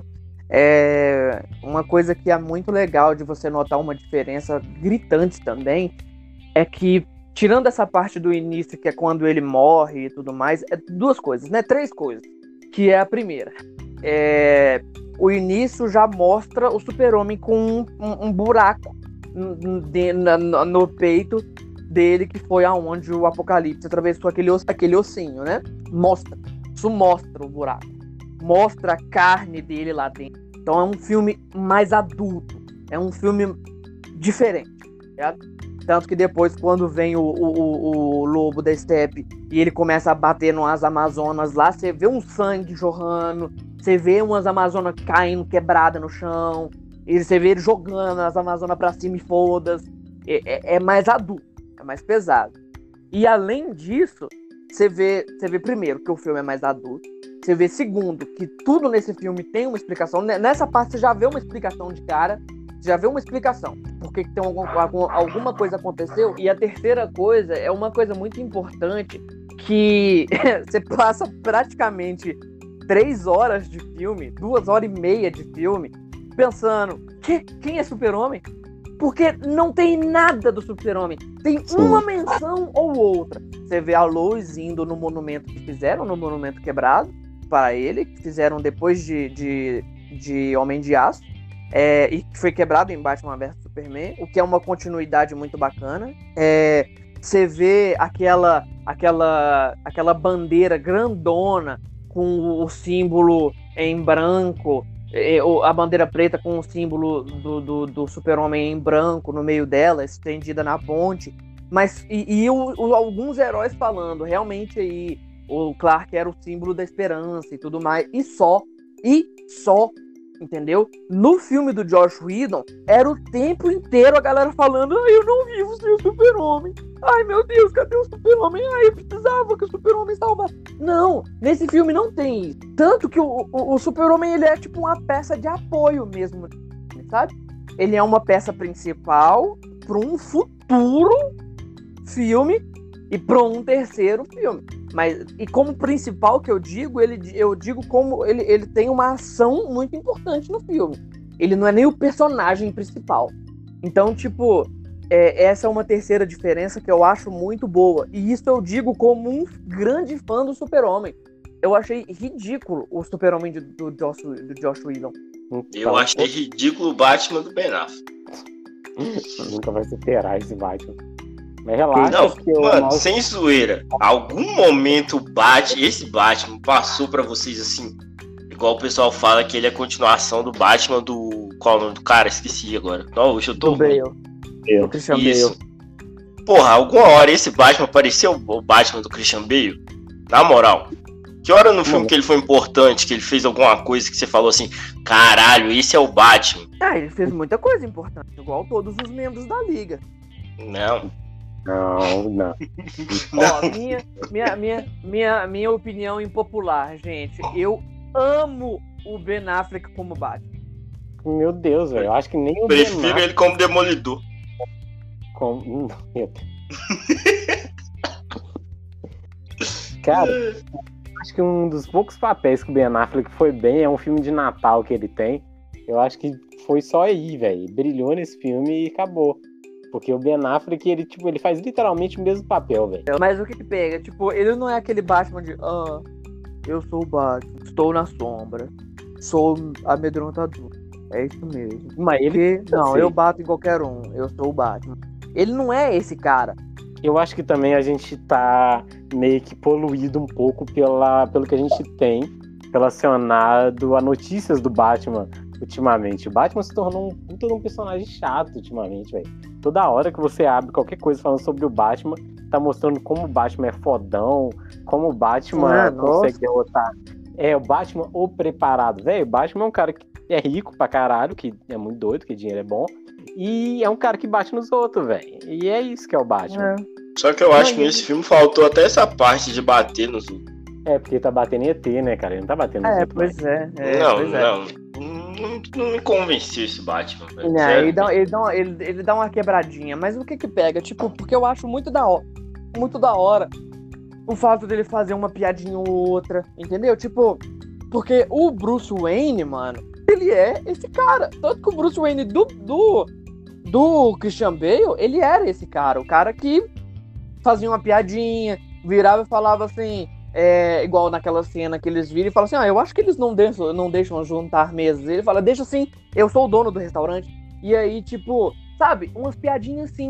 é uma coisa que é muito legal de você notar uma diferença gritante também, é que, tirando essa parte do início, que é quando ele morre e tudo mais, é duas coisas, né? Três coisas. Que é a primeira. É, o início já mostra o Super-Homem com um, um, um buraco no, no, no peito dele, que foi aonde o Apocalipse atravessou aquele, osso, aquele ossinho, né? Mostra. Isso mostra o buraco. Mostra a carne dele lá dentro. Então é um filme mais adulto. É um filme diferente. Certo? Tanto que depois, quando vem o, o, o, o lobo da estepe e ele começa a bater nas Amazonas lá, você vê um sangue jorrando, você vê umas Amazonas caindo quebrada no chão, e você vê ele jogando as Amazonas pra cima e foda-se. É, é, é mais adulto, é mais pesado. E além disso, você vê, você vê primeiro que o filme é mais adulto, você vê segundo que tudo nesse filme tem uma explicação. Nessa parte você já vê uma explicação de cara, você já vê uma explicação por que tem algum, alguma coisa aconteceu. E a terceira coisa é uma coisa muito importante, que você passa praticamente três horas de filme, duas horas e meia de filme, pensando, que, quem é Super-Homem? Porque não tem nada do Super-Homem. Tem Sim. uma menção ou outra. Você vê a Lois indo no monumento que fizeram, no monumento quebrado, para ele, que fizeram depois de, de, de Homem de Aço, é, e que foi quebrado em Batman versus Superman, o que é uma continuidade muito bacana. É, você vê aquela, aquela, aquela bandeira grandona com o símbolo em branco, a bandeira preta com o símbolo do, do, do Super-Homem em branco no meio dela, estendida na ponte. Mas, e, e o, o, alguns heróis falando, realmente aí, o Clark era o símbolo da esperança e tudo mais, e só, e só, entendeu? No filme do Joss Whedon, era o tempo inteiro a galera falando, ai, eu não vivo sem o Super-Homem, ai meu Deus, cadê o Super-Homem? Ai, eu precisava que o Super-Homem salvasse. Não, nesse filme não tem isso. Tanto que o, o, o Super-Homem, ele é tipo uma peça de apoio mesmo, sabe? Ele é uma peça principal para um futuro filme e para um terceiro filme. Mas, e como principal que eu digo, ele, eu digo como ele, ele tem uma ação muito importante no filme. Ele não é nem o personagem principal. Então, tipo, é, essa é uma terceira diferença que eu acho muito boa. E isso eu digo como um grande fã do Super-Homem. Eu achei ridículo o Super-Homem do, do, Joss, do Joss Whedon. Eu achei ridículo o Batman do Ben Affleck. Nunca vai superar esse Batman. Mas relaxa, não, que eu mano, mal... sem zoeira. Algum momento o Batman, esse Batman passou pra vocês assim, igual o pessoal fala que ele é a continuação do Batman do... Qual é o nome do cara? Esqueci agora. Não, hoje eu tô do Bale. Eu. Christian Isso. Bale. Porra, alguma hora esse Batman pareceu o Batman do Christian Bale? Na moral. Que hora no filme Mano. que ele foi importante, que ele fez alguma coisa que você falou assim, caralho, esse é o Batman? Ah, ele fez muita coisa importante, igual todos os membros da Liga. Não. Não, não. Ó, minha, minha, minha, minha, minha opinião impopular, gente. Eu amo o Ben Affleck como Batman. Meu Deus, velho. Eu acho que nem o Prefiro Ben Affleck ele como Demolidor. como... Meu Deus. Cara, acho que um dos poucos papéis que o Ben Affleck foi bem é um filme de Natal que ele tem. Eu acho que foi só aí, velho. Brilhou nesse filme e acabou. Porque o Ben Affleck, ele, tipo, ele faz literalmente o mesmo papel, velho. Mas o que que pega? Tipo, ele não é aquele Batman de... Ah, eu sou o Batman, estou na sombra, sou amedrontador. É isso mesmo. Mas ele... Porque, não, eu bato em qualquer um, eu sou o Batman. Ele não é esse cara. Eu acho que também a gente tá meio que poluído um pouco pela, pelo que a gente tem relacionado a notícias do Batman ultimamente. O Batman se tornou um puta de um personagem chato ultimamente, velho. Toda hora que você abre qualquer coisa falando sobre o Batman, tá mostrando como o Batman é fodão, como o Batman Ah, consegue derrotar. É, o Batman o preparado. Velho, o Batman é um cara que é rico pra caralho, que é muito doido, que dinheiro é bom. E é um cara que bate nos outros, velho. E é isso que é o Batman. É. Só que eu acho que nesse filme faltou até essa parte de bater nos outros. É, porque ele tá batendo em E T, né, cara? Ele não tá batendo nos É, outros. pois é. é não, pois é. não. Não, não me convenceu esse Batman, velho. Não, Sério. ele, dá, ele, dá, ele, ele dá uma quebradinha, mas o que que pega? Tipo, porque eu acho muito da hora, muito da hora o fato dele fazer uma piadinha ou outra, entendeu? Tipo, porque o Bruce Wayne, mano, ele é esse cara. Tanto que o Bruce Wayne do, do, do Christian Bale, ele era esse cara, o cara que fazia uma piadinha, virava e falava assim... É, igual naquela cena que eles viram e falam assim, ah, eu acho que eles não deixam, não deixam juntar mesas. Ele fala, deixa assim, eu sou o dono do restaurante. E aí, tipo, sabe, umas piadinhas assim.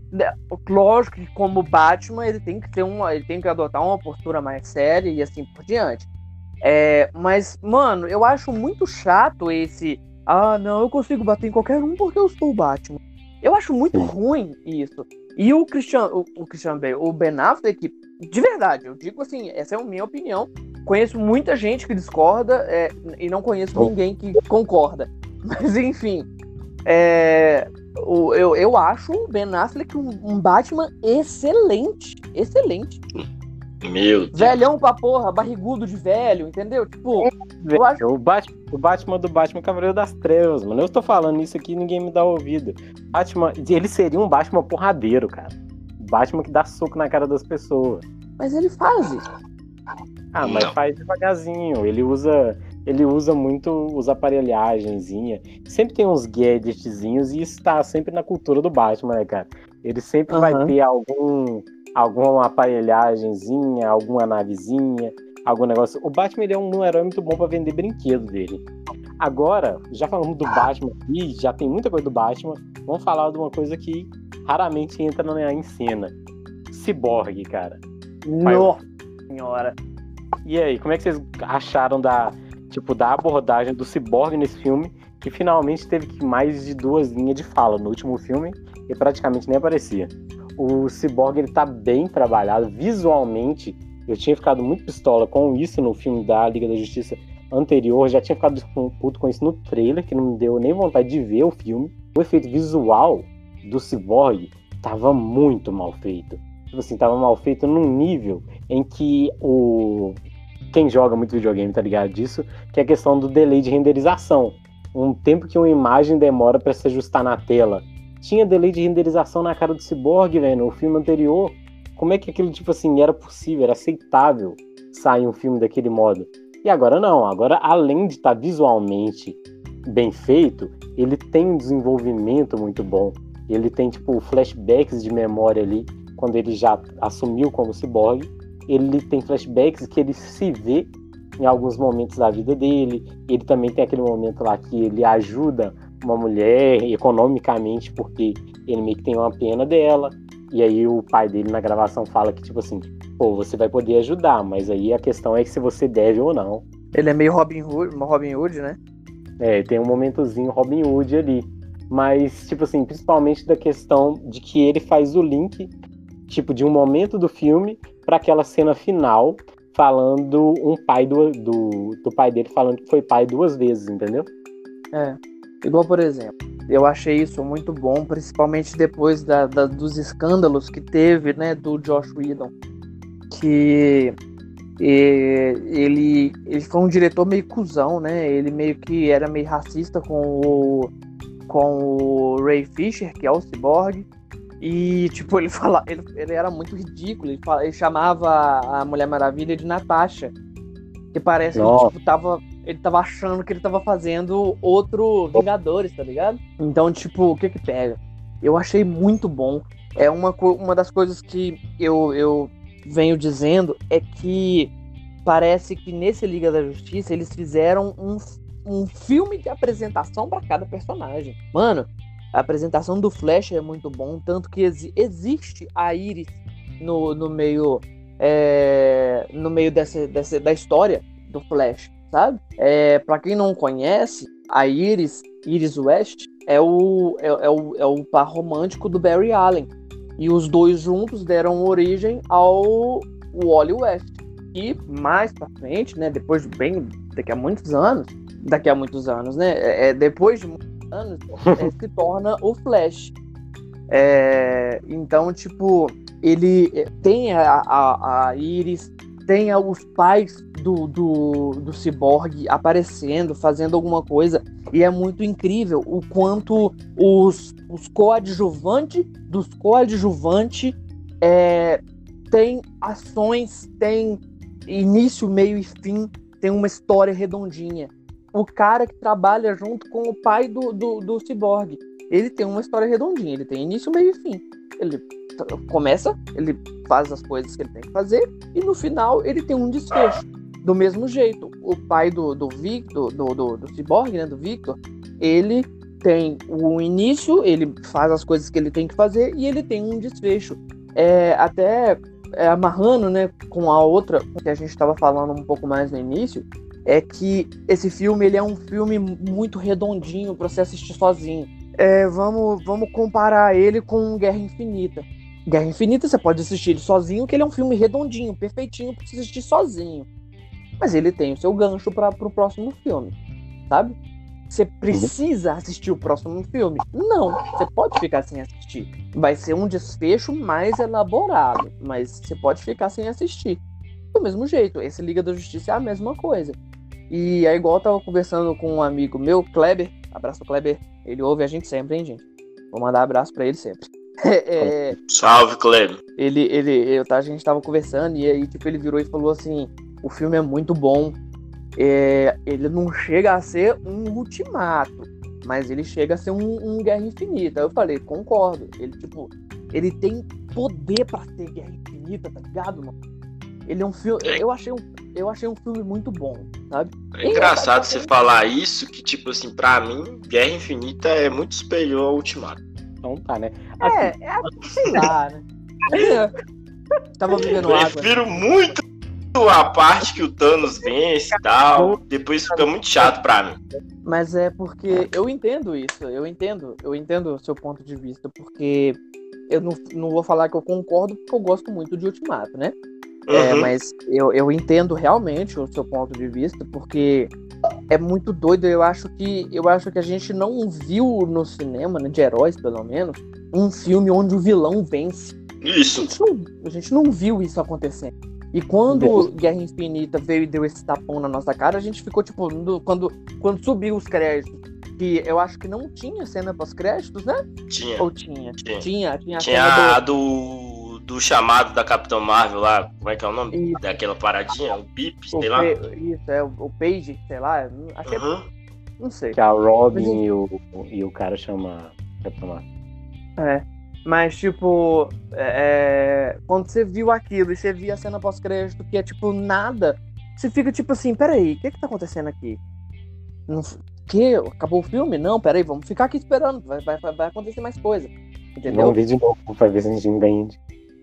lógico que como Batman ele tem que ter uma, ele tem que adotar uma postura mais séria e assim por diante. É, mas, mano, eu acho muito chato esse ah, não, eu consigo bater em qualquer um porque eu sou o Batman. Eu acho muito ruim isso. E o Christian, o, o Christian Bale, o Ben Affleck, de verdade, eu digo assim, essa é a minha opinião. Conheço muita gente que discorda é, e não conheço ninguém que concorda. Mas, enfim, é, o, eu, eu acho o Ben Affleck um, um Batman excelente. Excelente. Meu Deus. Velhão pra porra, barrigudo de velho, entendeu? Tipo, eu acho... o, Batman, o Batman do Batman Cavaleiro das Trevas, mano. Eu estou falando isso aqui e ninguém me dá ouvido. Batman, ele seria um Batman porradeiro, cara. Batman que dá soco na cara das pessoas. Mas ele faz isso. Ah, mas Não. faz devagarzinho. Ele usa, ele usa muito os aparelhagenzinha. Sempre tem uns gadgetzinhos e isso tá sempre na cultura do Batman, né, cara? Ele sempre Uhum. vai ter algum, alguma aparelhagenzinha, alguma navezinha, algum negócio. O Batman ele é um herói muito bom pra vender brinquedo dele. Agora, já falamos do Batman aqui, já tem muita coisa do Batman. Vamos falar de uma coisa que raramente entra na, em cena. Cyborg, cara. Nossa senhora. E aí, como é que vocês acharam da, tipo, da abordagem do Cyborg nesse filme, que finalmente teve mais de duas linhas de fala no último filme e praticamente nem aparecia? O Cyborg, ele tá bem trabalhado visualmente. Eu tinha ficado muito pistola com isso no filme da Liga da Justiça anterior, já tinha ficado puto com isso no trailer, que não me deu nem vontade de ver o filme. O efeito visual do Cyborg tava muito mal feito. Tipo assim, tava mal feito num nível em que o... quem joga muito videogame tá ligado disso, que é a questão do delay de renderização. Um tempo que uma imagem demora pra se ajustar na tela. Tinha delay de renderização na cara do Cyborg, velho, no filme anterior. Como é que aquilo, tipo assim, era possível, era aceitável sair um filme daquele modo? E agora não, agora além de estar visualmente bem feito, ele tem um desenvolvimento muito bom. Ele tem, tipo, flashbacks de memória ali, quando ele já assumiu como Cyborg. Ele tem flashbacks que ele se vê em alguns momentos da vida dele. Ele também tem aquele momento lá que ele ajuda uma mulher economicamente, porque ele meio que tem uma pena dela. E aí o pai dele na gravação fala que, tipo assim, pô, você vai poder ajudar, mas aí a questão é que se você deve ou não. Ele é meio Robin Hood, Robin Hood, né? É, tem um momentozinho Robin Hood ali. Mas, tipo assim, principalmente da questão de que ele faz o link, tipo, de um momento do filme para aquela cena final, falando um pai do, do, do pai dele falando que foi pai duas vezes, entendeu? É. Igual, por exemplo, eu achei isso muito bom, principalmente depois da, da, dos escândalos que teve, né, do Joss Whedon, que e, ele, ele foi um diretor meio cuzão, né, ele meio que era meio racista com o, com o Ray Fisher, que é o Cyborg, e, tipo, ele, fala, ele, ele era muito ridículo, ele, fala, ele chamava a Mulher Maravilha de Natasha, que parece Nossa. que, tipo, tava... ele tava achando que ele tava fazendo outro Vingadores, tá ligado? Então, tipo, o que que pega? Eu achei muito bom. É uma, uma das coisas que eu, eu venho dizendo é que parece que nesse Liga da Justiça eles fizeram um, um filme de apresentação pra cada personagem. Mano, a apresentação do Flash é muito bom, tanto que exi- existe a Iris no, no meio, é, no meio dessa, dessa, da história do Flash. Sabe? É, pra quem não conhece, a Iris, Iris West, é o, é, é, o, é o par romântico do Barry Allen. E os dois juntos deram origem ao Wally West. E mais pra frente, né, depois de bem, daqui a muitos anos, daqui a muitos anos, né, é, depois de muitos anos, é, se torna o Flash. É, então, tipo, ele tem a, a, a Iris, tem os pais do, do, do Cyborg aparecendo, fazendo alguma coisa, e é muito incrível o quanto os, os coadjuvantes dos coadjuvantes é, tem ações, tem início, meio e fim, tem uma história redondinha. O cara que trabalha junto com o pai do, do, do Cyborg, ele tem uma história redondinha, ele tem início, meio e fim. Ele começa, ele faz as coisas que ele tem que fazer, e no final ele tem um desfecho. Do mesmo jeito, o pai do, do Victor, do, do, do Cyborg, né, do Victor, ele tem o início, ele faz as coisas que ele tem que fazer e ele tem um desfecho. É, até é, amarrando, né, com a outra que a gente estava falando um pouco mais no início, é que esse filme ele é um filme muito redondinho para você assistir sozinho. É, vamos, vamos comparar ele com Guerra Infinita. Guerra Infinita você pode assistir ele sozinho, que ele é um filme redondinho, perfeitinho para você assistir sozinho. Mas ele tem o seu gancho para o próximo filme, sabe? Você precisa assistir o próximo filme? Não, você pode ficar sem assistir. Vai ser um desfecho mais elaborado, mas você pode ficar sem assistir. Do mesmo jeito, esse Liga da Justiça é a mesma coisa. E é igual eu tava conversando com um amigo meu, Kleber. Abraço, Kleber. Ele ouve a gente sempre, hein, gente? Vou mandar abraço pra ele sempre. É, salve, Kleber. Ele, ele, eu, a gente tava conversando e aí tipo, ele virou e falou assim: o filme é muito bom. É, ele não chega a ser um Ultimato, mas ele chega a ser um, um Guerra Infinita. Eu falei, concordo. Ele, tipo, ele tem poder pra ser Guerra Infinita, tá ligado, mano? Ele é um filme. Eu achei um, eu achei um filme muito bom, sabe? É engraçado você falar isso, que, tipo assim, pra mim, Guerra Infinita é muito superior ao Ultimato. Então tá, né? É, é, sei lá, né? Tava vivendo eu água. Prefiro muito a parte que o Thanos vence e tal. Depois fica muito chato pra mim. Mas é porque eu entendo isso, eu entendo, eu entendo o seu ponto de vista, porque eu não, não vou falar que eu concordo, porque eu gosto muito de Ultimato, né? Uhum. É, mas eu, eu entendo realmente o seu ponto de vista, porque é muito doido. Eu acho que eu acho que a gente não viu no cinema, né, de heróis pelo menos, um filme onde o vilão vence. Isso. A gente não, a gente não viu isso acontecendo. E quando Guerra Infinita veio e deu esse tapão na nossa cara, a gente ficou tipo, no, quando, quando subiu os créditos, que eu acho que não tinha cena pós-créditos, né? Tinha. Ou tinha? Tinha, tinha, tinha, tinha a do... do, do chamado da Capitã Marvel lá, como é que é o nome? Isso. Daquela paradinha, o Pip, o sei lá. Isso, é, o Page, sei lá, acho que uhum. é, não sei. Que a Robin Mas... e, o, e o cara chama Capitã Marvel. É. Mas, tipo, é... quando você viu aquilo e você via a cena pós-crédito que é, tipo, nada, você fica, tipo assim, peraí, o que que tá acontecendo aqui? Não... Que? Acabou o filme? Não, peraí, vamos ficar aqui esperando, vai, vai, vai acontecer mais coisa, entendeu? Vamos ver de novo pra ver se a gente entende.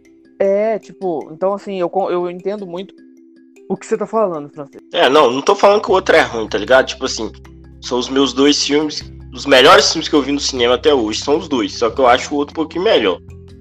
É, tipo, então, assim, eu, eu entendo muito o que você tá falando, Francisco. É, não, não tô falando que o outro é ruim, tá ligado? Tipo assim, são os meus dois filmes... Os melhores filmes que eu vi no cinema até hoje são os dois, só que eu acho o outro um pouquinho melhor.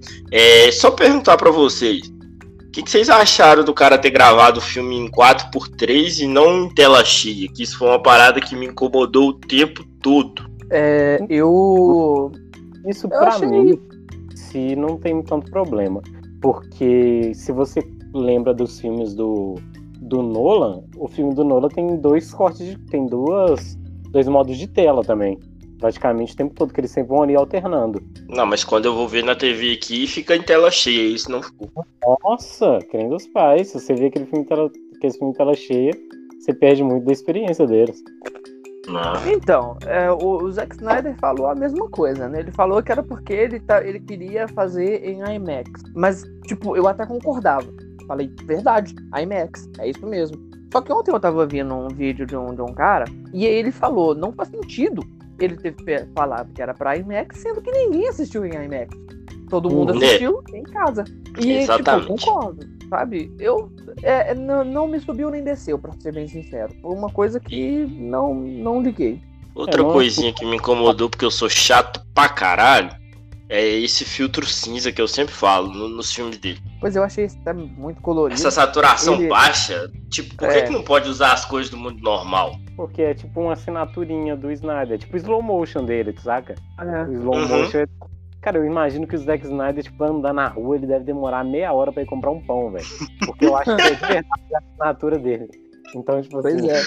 É só perguntar pra vocês, o que, que vocês acharam do cara ter gravado o filme em quatro por três e não em tela cheia? Que isso foi uma parada que me incomodou o tempo todo. É, eu... Isso eu pra achei... mim, se não tem tanto problema, porque se você lembra dos filmes do, do Nolan, o filme do Nolan tem dois cortes, de, tem duas, dois modos de tela também. Praticamente o tempo todo, que eles sempre vão ali alternando. Não, mas quando eu vou ver na T V aqui, fica em tela cheia, isso não ficou. Nossa, crendo dos pais, se você vê aquele filme em tela, aquele filme em tela cheia, você perde muito da experiência deles. Não. Então, é, o, o Zack Snyder falou a mesma coisa, né? Ele falou que era porque ele, tá, ele queria fazer em IMAX. Mas, tipo, eu até concordava. Falei, verdade, IMAX, é isso mesmo. Só que ontem eu tava vendo um vídeo de um, de um cara, e aí ele falou, não faz sentido ele ter falado que era pra IMAX, sendo que ninguém assistiu em IMAX. Todo mundo assistiu é. em casa. E, exatamente. Tipo, eu concordo, sabe? Eu, é, não, não me subiu nem desceu, pra ser bem sincero. Foi uma coisa que não, não liguei. Outra é, coisinha que me incomodou, porque eu sou chato pra caralho, é esse filtro cinza que eu sempre falo no, nos filmes dele. Pois eu achei isso tá muito colorido. Essa saturação Ele... baixa, tipo, por é. que, que não pode usar as cores do mundo normal? Porque é tipo uma assinaturinha do Snyder, é tipo o slow motion dele, tu saca? É. O slow uhum. motion é... Cara, eu imagino que o Zack Snyder, tipo, andar na rua, ele deve demorar meia hora pra ir comprar um pão, velho. Porque eu acho que é de verdade a assinatura dele. Então, tipo pois assim... é.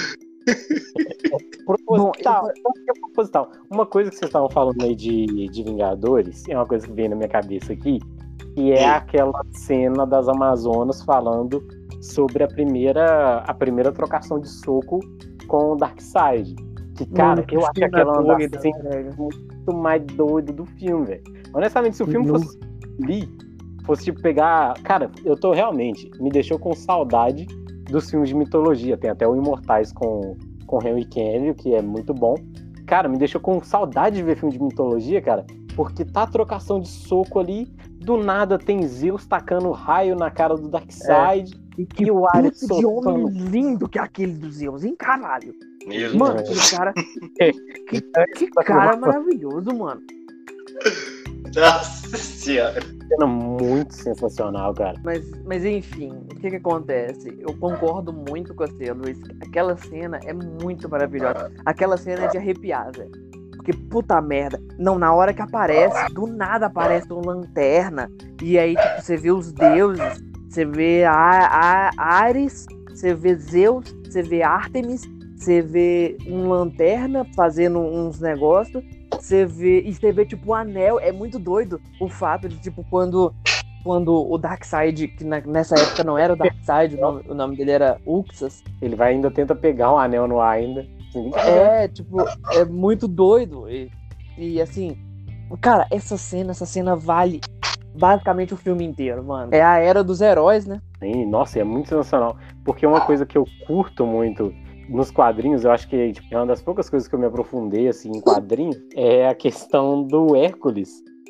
proposital. Bom, eu... proposital. Uma coisa que vocês estavam falando aí de, de Vingadores, é uma coisa que veio na minha cabeça aqui, que é aquela cena das Amazonas falando sobre a primeira, a primeira trocação de soco com o Darkseid. Que, cara, hum, eu acho que aquela uma das cenas muito mais doido do filme, velho. Honestamente, se o filme fosse ali, fosse tipo pegar... Cara, eu tô realmente... Me deixou com saudade dos filmes de mitologia. Tem até o Imortais com, com Henry Cavill, que é muito bom. cara, me deixou com saudade de ver filme de mitologia, cara, porque tá a trocação de soco ali, do nada tem Zeus tacando raio na cara do Darkseid, é. E que e o Ares puta de homem soltando... lindo que é aquele do Zeus, hein, caralho? Meu Mano, Deus. aquele cara... que, que cara maravilhoso, mano. Nossa senhora. Cena muito sensacional, cara. Mas, mas enfim, o que que acontece? Eu concordo muito com você, Luiz. Aquela cena é muito maravilhosa. Aquela cena é de arrepiar, velho. Porque, puta merda. Não, na hora que aparece, do nada aparece uma lanterna. E aí, tipo, você vê os deuses. Você vê a, a Ares. Você vê Zeus. Você vê Ártemis. Você vê um lanterna fazendo uns negócios. Você vê... E você vê, tipo, o anel. É muito doido o fato de, tipo, quando... Quando o Darkseid, que na, nessa época não era o Darkseid, o nome, o nome dele era Uxas. Ele vai ainda, tenta pegar um anel no ar ainda. É, tipo, é muito doido. E, e assim, cara, essa cena, essa cena vale basicamente o filme inteiro, mano. É a era dos heróis, né? Sim, nossa, é muito sensacional. Porque uma coisa que eu curto muito nos quadrinhos, eu acho que tipo, é uma das poucas coisas que eu me aprofundei assim, em quadrinhos, é a questão do Hércules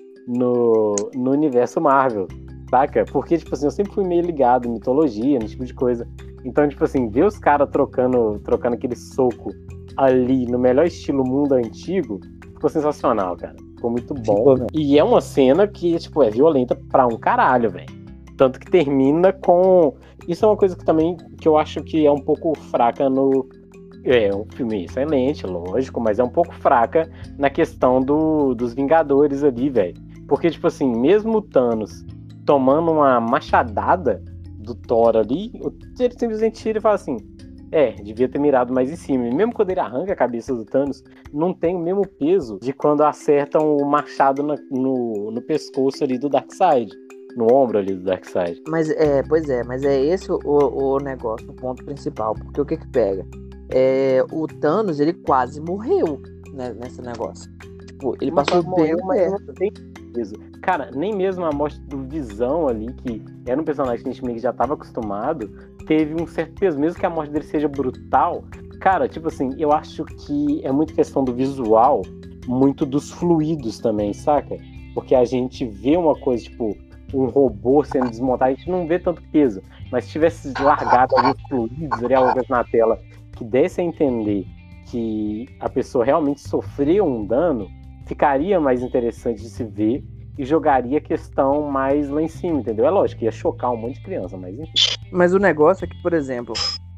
no, no universo Marvel, saca? Porque, tipo assim, eu sempre fui meio ligado em mitologia, nesse tipo de coisa. Então, tipo assim, ver os caras trocando, trocando aquele soco ali no melhor estilo mundo antigo, ficou sensacional, cara. Ficou muito bom. Ficou, e é uma cena que, tipo, é violenta pra um caralho, velho. Tanto que termina com... Isso é uma coisa que também, que eu acho que é um pouco fraca no... É um filme excelente, lógico, mas é um pouco fraca na questão do, dos Vingadores ali, velho. Porque, tipo assim, mesmo o Thanos tomando uma machadada do Thor ali, ele simplesmente tira e fala assim, é, devia ter mirado mais em cima. E mesmo quando ele arranca a cabeça do Thanos, não tem o mesmo peso de quando acertam o machado no, no, no pescoço ali do Darkseid, no ombro ali do Darkseid. Mas é, pois é, mas é esse o, o negócio, o ponto principal, porque o que que pega? É, o Thanos, ele quase morreu, né, nesse negócio. Tipo, ele mas passou morreu, bem mas perto. não tem peso. Cara, nem mesmo a morte do Visão ali, que era um personagem que a gente meio que já estava acostumado, teve um certo peso, mesmo que a morte dele seja brutal. Cara, tipo assim, eu acho que é muito questão do visual, muito dos fluidos também, saca? Porque a gente vê uma coisa, tipo, um robô sendo desmontado, a gente não vê tanto peso, mas se tivesse largado alguns fluidos ali, alguma coisa na tela, que desse a entender que a pessoa realmente sofreu um dano, ficaria mais interessante de se ver e jogaria a questão mais lá em cima, entendeu? É lógico que ia chocar um monte de criança, mas enfim. Mas o negócio é que, por exemplo,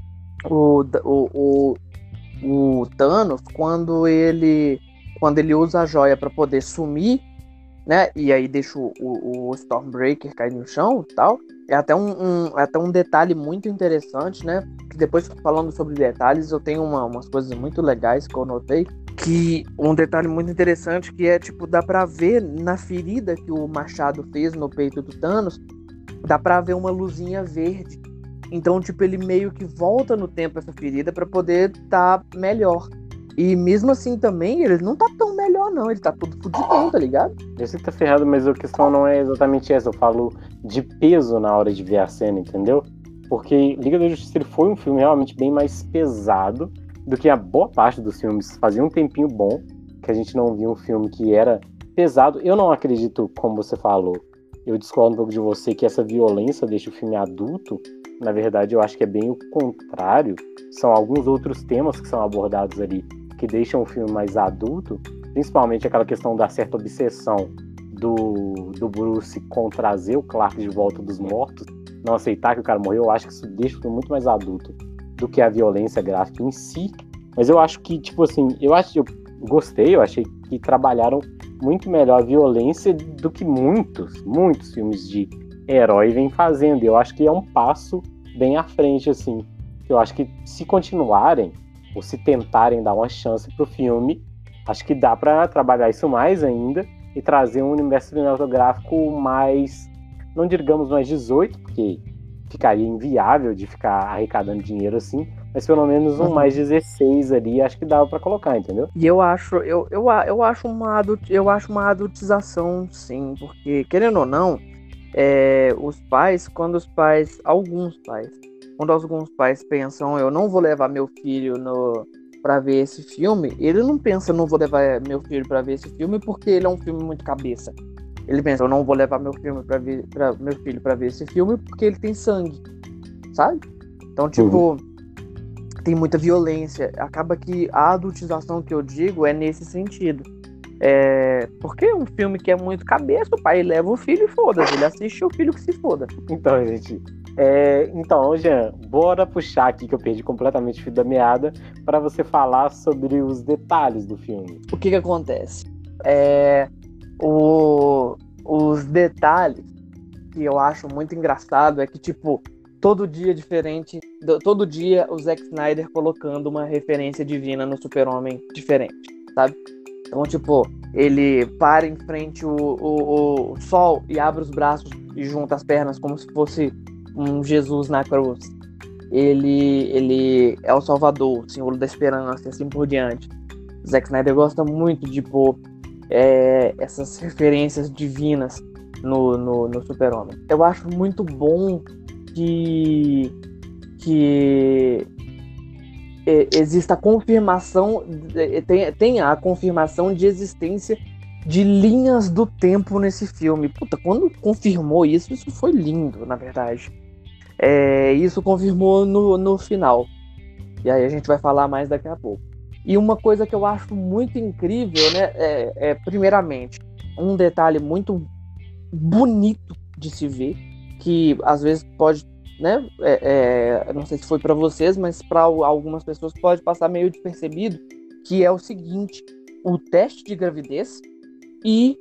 o, o, o, o Thanos, quando ele, quando ele usa a joia para poder sumir, né? E aí deixa o, o, o Stormbreaker cair no chão e tal. É até um, um, é até um detalhe muito interessante, né? Que depois, falando sobre detalhes, eu tenho uma, umas coisas muito legais que eu notei. Que um detalhe muito interessante que é, tipo, dá pra ver na ferida que o machado fez no peito do Thanos, dá pra ver uma luzinha verde. Então, tipo, ele meio que volta no tempo essa ferida pra poder tá melhor. E mesmo assim também, ele não tá tão melhor não, ele tá todo fudidão, tá ligado? Eu sei que tá ferrado, mas a questão não é exatamente essa, eu falo de peso na hora de ver a cena, entendeu? Porque Liga da Justiça ele foi um filme realmente bem mais pesado do que a boa parte dos filmes. Fazia um tempinho bom que a gente não via um filme que era pesado. Eu não acredito, como você falou, eu discordo um pouco de você, que essa violência deixa o filme adulto. Na verdade, eu acho que é bem o contrário. São alguns outros temas que são abordados ali que deixam o filme mais adulto, principalmente aquela questão da certa obsessão do, do Bruce com trazer o Clark de volta dos mortos, não aceitar que o cara morreu. Eu acho que isso deixa o filme muito mais adulto do que a violência gráfica em si. Mas eu acho que, tipo assim, eu acho eu gostei, eu achei que trabalharam muito melhor a violência do que muitos, muitos filmes de herói vêm fazendo. Eu acho que é um passo bem à frente, assim. Eu acho que se continuarem, ou se tentarem dar uma chance pro filme, acho que dá pra trabalhar isso mais ainda e trazer um universo cinematográfico mais, não digamos mais dezoito, porque ficaria inviável de ficar arrecadando dinheiro assim, mas pelo menos um uhum. mais dezesseis ali, acho que dava pra colocar, entendeu? E eu acho, eu, eu, eu acho uma adult, eu acho uma adultização, sim, porque, querendo ou não, é, os pais, quando os pais, alguns pais, quando alguns pais pensam, eu não vou levar meu filho no, pra ver esse filme, ele não pensa, não vou levar meu filho pra ver esse filme porque ele é um filme muito cabeça. Ele pensa, eu não vou levar meu filme para ver, pra, meu filho pra ver esse filme porque ele tem sangue, sabe? Então, tipo, uhum. tem muita violência. Acaba que a adultização que eu digo é nesse sentido. É... Porque um filme que é muito cabeça, o pai leva o filho e foda-se. Ele assiste o filho que se foda. Então, gente... É... Então, Jean, bora puxar aqui, que eu perdi completamente o fio da meada, para você falar sobre os detalhes do filme. O que que acontece? É... O... Os detalhes que eu acho muito engraçado é que, tipo, todo dia diferente, todo dia o Zack Snyder colocando uma referência divina no Super-Homem diferente, sabe? Então, tipo, ele para em frente o, o, o sol e abre os braços e junta as pernas como se fosse um Jesus na cruz. Ele, ele é o Salvador, o símbolo da esperança e assim por diante. O Zack Snyder gosta muito de pôr é, essas referências divinas no, no, no Super-Homem. Eu acho muito bom que, que exista a confirmação, tem, tem a confirmação de existência de linhas do tempo nesse filme. Puta, quando confirmou isso, isso foi lindo, na verdade. É, isso confirmou no, no final. E aí a gente vai falar mais daqui a pouco. E uma coisa que eu acho muito incrível, né, é, é primeiramente, um detalhe muito bonito de se ver, que às vezes pode, né, é, é, não sei se foi para vocês, mas para algumas pessoas pode passar meio despercebido, que é o seguinte: o teste de gravidez e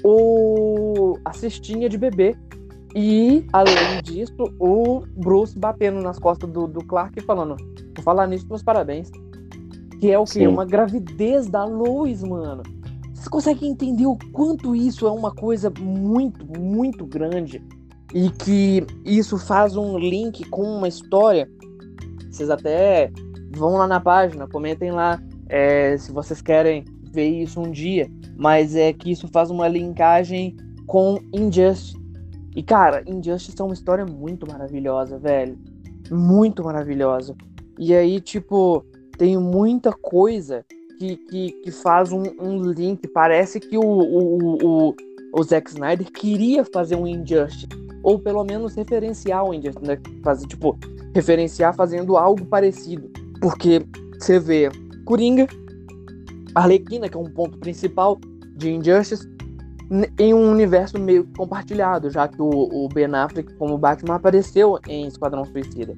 o, a cestinha de bebê. E, além disso, o Bruce batendo nas costas do, do Clark e falando, vou falar nisso, meus parabéns. Que é o quê? Uma gravidez da Lois, mano. Você consegue entender o quanto isso é uma coisa muito, muito grande e que isso faz um link com uma história. Vocês até vão lá na página, comentem lá é, se vocês querem ver isso um dia, mas é que isso faz uma linkagem com Injustice. E, cara, Injustice é uma história muito maravilhosa, velho. Muito maravilhosa. E aí, tipo, tem muita coisa que, que, que faz um, um link. Parece que o, o, o, o Zack Snyder queria fazer um Injustice. Ou pelo menos referenciar o Injustice, né? Fazer, tipo, referenciar fazendo algo parecido. Porque você vê Coringa, Arlequina, que é um ponto principal de Injustice, em um universo meio compartilhado, já que o, o Ben Affleck como Batman apareceu em Esquadrão Suicida.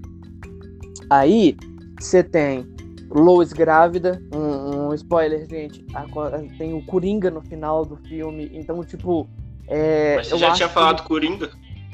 Aí você tem Lois grávida, um, um spoiler, gente, a, tem o Coringa no final do filme, então tipo é, mas você já tinha falado que... Coringa?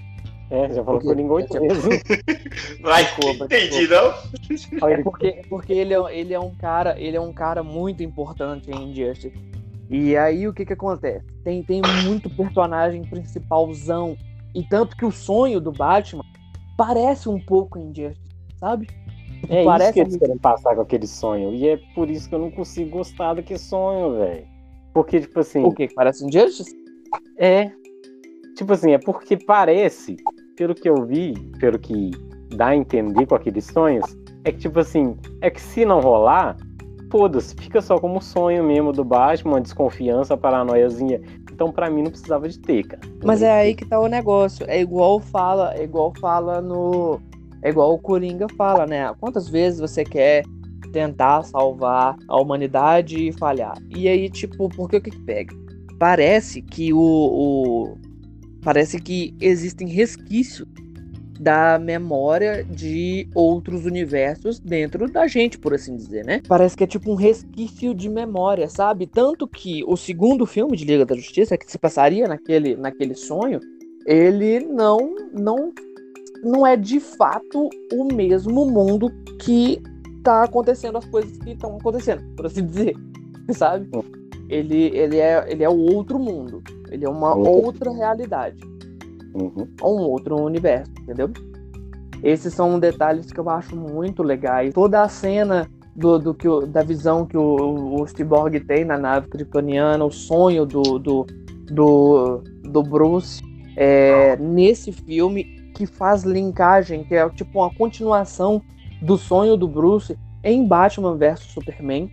É, já falou Coringa oito vezes. Vai, desculpa, entendi, desculpa. Não? É porque, porque ele, é, ele é um cara ele é um cara muito importante em Injustice. E aí o que que acontece? Tem, tem muito personagem principalzão. E tanto que o sonho do Batman parece um pouco Injustice, sabe? É parece isso que eles querem passar com aquele sonho. E é por isso que eu não consigo gostar daquele sonho, velho. Porque, tipo assim... O que? Parece Injustice? É. Tipo assim, é porque parece, pelo que eu vi, pelo que dá a entender com aqueles sonhos, é que, tipo assim, é que se não rolar... Foda-se, fica só como sonho mesmo do Batman, uma desconfiança, paranoiazinha. Então, pra mim, não precisava de ter, cara. Mas é aí que tá o negócio. É igual fala, é igual fala no... É igual o Coringa fala, né? Quantas vezes você quer tentar salvar a humanidade e falhar? E aí, tipo, por que o que que pega? Parece que o... o... Parece que existem resquícios da memória de outros universos dentro da gente, por assim dizer, né? Parece que é tipo um resquício de memória, sabe? Tanto que o segundo filme de Liga da Justiça, que se passaria naquele, naquele sonho, ele não, não, não é de fato o mesmo mundo que tá acontecendo as coisas que estão acontecendo, por assim dizer, sabe? Ele, ele, é, ele é o outro mundo, ele é uma uhum. outra realidade. Uhum. Um outro universo, entendeu? Esses são detalhes que eu acho muito legais. Toda a cena do, do que o, da visão que o, o Cyborg tem na nave kryptoniana, o sonho do, do, do, do Bruce é, nesse filme, que faz linkagem, que é tipo uma continuação do sonho do Bruce em Batman versus Superman,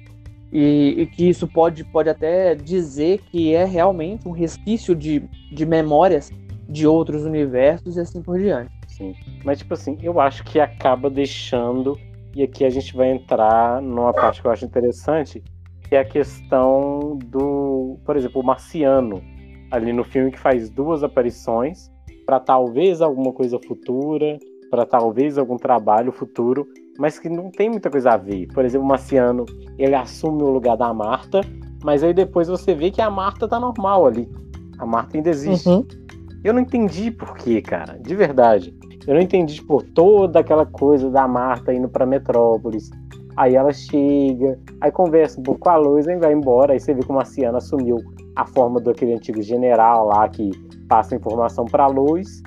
e, e que isso pode, pode até dizer que é realmente um resquício de, de memórias de outros universos e assim por diante. Sim, mas tipo assim, eu acho que acaba deixando, e aqui a gente vai entrar numa parte que eu acho interessante, que é a questão do, por exemplo, o Marciano, ali no filme, que faz duas aparições para talvez alguma coisa futura, para talvez algum trabalho futuro, mas que não tem muita coisa a ver. Por exemplo, o Marciano, ele assume o lugar da Marta, mas aí depois você vê que a Marta tá normal ali. A Marta ainda existe. Uhum. Eu não entendi por quê, cara, de verdade. Eu não entendi, tipo, toda aquela coisa da Marta indo pra Metrópolis. Aí ela chega, aí conversa um pouco com a Lois, aí vai embora. Aí você vê que o Marciano assumiu a forma daquele antigo general lá que passa a informação pra Lois.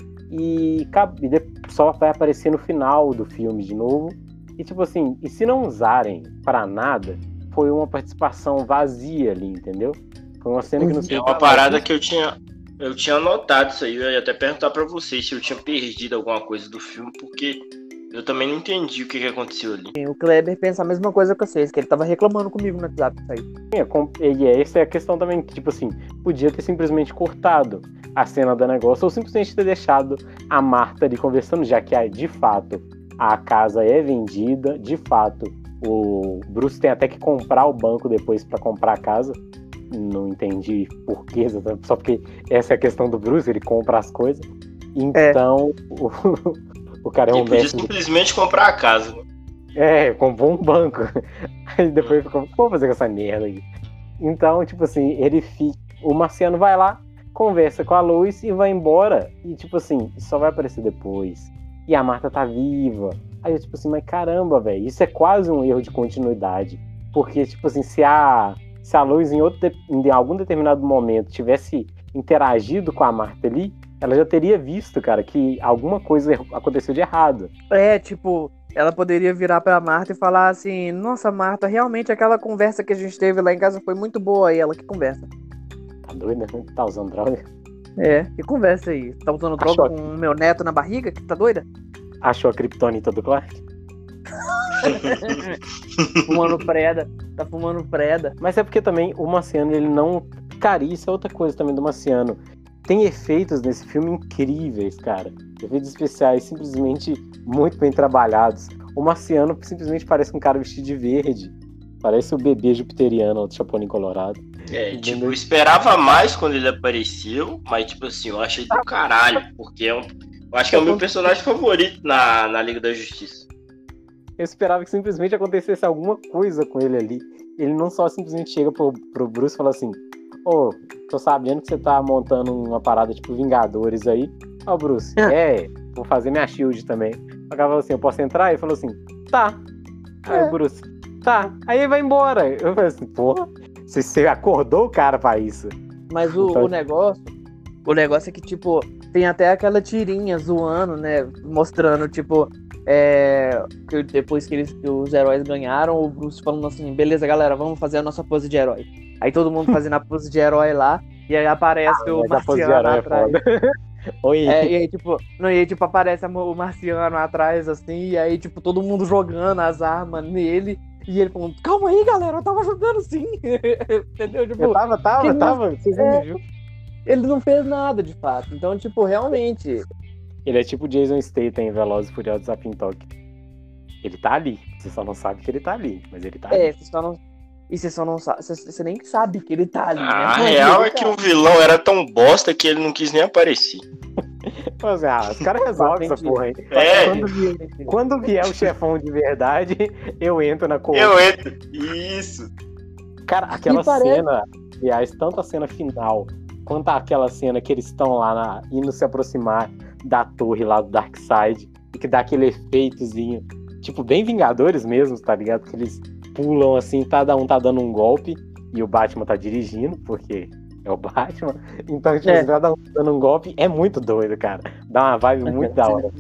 E só vai aparecer no final do filme de novo. E tipo assim, e se não usarem pra nada, foi uma participação vazia ali, entendeu? Foi uma cena que não sei. É uma parada que eu tinha... Eu tinha notado isso aí, eu ia até perguntar pra vocês se eu tinha perdido alguma coisa do filme, porque eu também não entendi o que, que aconteceu ali. O Kleber pensa a mesma coisa que vocês, que ele tava reclamando comigo no WhatsApp isso aí. E essa é a questão também, que tipo assim, podia ter simplesmente cortado a cena do negócio, ou simplesmente ter deixado a Marta ali conversando, já que de fato a casa é vendida, de fato o Bruce tem até que comprar o banco depois pra comprar a casa. Não entendi por quê, só porque essa é a questão do Bruce, ele compra as coisas. Então, é. o, o cara é um ele podia mestre. simplesmente comprar a casa. É, comprou um banco. Aí depois ficou, vou fazer com essa merda aí. Então, tipo assim, ele fica. O Marciano vai lá, conversa com a Lois e vai embora. E, tipo assim, só vai aparecer depois. E a Marta tá viva. Aí eu, tipo assim, mas caramba, velho, isso é quase um erro de continuidade. Porque, tipo assim, se a. Se a Lois em, outro de, em algum determinado momento tivesse interagido com a Marta ali, ela já teria visto, cara, que alguma coisa aconteceu de errado. É, tipo, ela poderia virar pra Marta e falar assim, nossa, Marta, realmente aquela conversa que a gente teve lá em casa foi muito boa. E ela, que conversa? Tá doida? Tá usando droga? É, que conversa aí? Tá usando droga Achou... com o meu neto na barriga? Que tá doida? Achou a criptonita do Clark? Fumando preda, tá fumando preda. Mas é porque também o Marciano, ele não... Cara, isso é outra coisa também do Marciano. Tem efeitos nesse filme incríveis, cara. Efeitos especiais simplesmente muito bem trabalhados. O Marciano simplesmente parece um cara vestido de verde. Parece o bebê jupiteriano do Chapolin Colorado. É, tipo, eu esperava mais quando ele apareceu, mas tipo assim, eu achei do caralho, porque é um... eu acho que é o meu personagem favorito na, na Liga da Justiça. Eu esperava que simplesmente acontecesse alguma coisa com ele ali. Ele não só simplesmente chega pro, pro Bruce e fala assim: ô, oh, tô sabendo que você tá montando uma parada tipo Vingadores aí. Ó, oh, Bruce, é, vou fazer minha shield também. O cara falou assim: eu posso entrar? Ele falou assim: tá. Aí o é. Bruce, tá. Aí ele vai embora. Eu falei assim: porra, você acordou o cara pra isso. Mas o, então... o negócio, o negócio é que, tipo, tem até aquela tirinha zoando, né? Mostrando, tipo. É, que depois que, eles, que os heróis ganharam, o Bruce falando assim, beleza galera, vamos fazer a nossa pose de herói. Aí todo mundo fazendo a pose de herói lá, e aí aparece ah, o Marciano atrás. É Oi. É, e aí tipo, não, e aí, tipo, aparece o Marciano atrás, assim, e aí tipo, todo mundo jogando as armas nele, e ele falando, calma aí galera, eu tava ajudando sim. Entendeu? Tipo, eu tava, tava, ele tava, não, vocês não é, me viram. Ele não fez nada de fato, então tipo, realmente... Ele é tipo Jason Statham em Velozes e Furiosos a Pintoque. Ele tá ali. Você só não sabe que ele tá ali, mas ele tá é, ali. É, você só não... E você só não sabe... Você, você nem sabe que ele tá ali, ah, né? A real é que o vilão era tão bosta que ele não quis nem aparecer. Mas, ah, os caras resolvem essa porra aí. É. Quando vier, quando vier o chefão de verdade, eu entro na cor. Eu entro. Isso. Cara, aquela cena... Aliás, tanto a cena final... quanto aquela cena que eles estão lá na, indo se aproximar da torre lá do Darkseid e que dá aquele efeitozinho, tipo, bem Vingadores mesmo, tá ligado? Que eles pulam assim, cada um tá dando um golpe e o Batman tá dirigindo, porque é o Batman. Então, tipo, é. cada um tá dando um golpe, é muito doido, cara. Dá uma vibe muito da hora.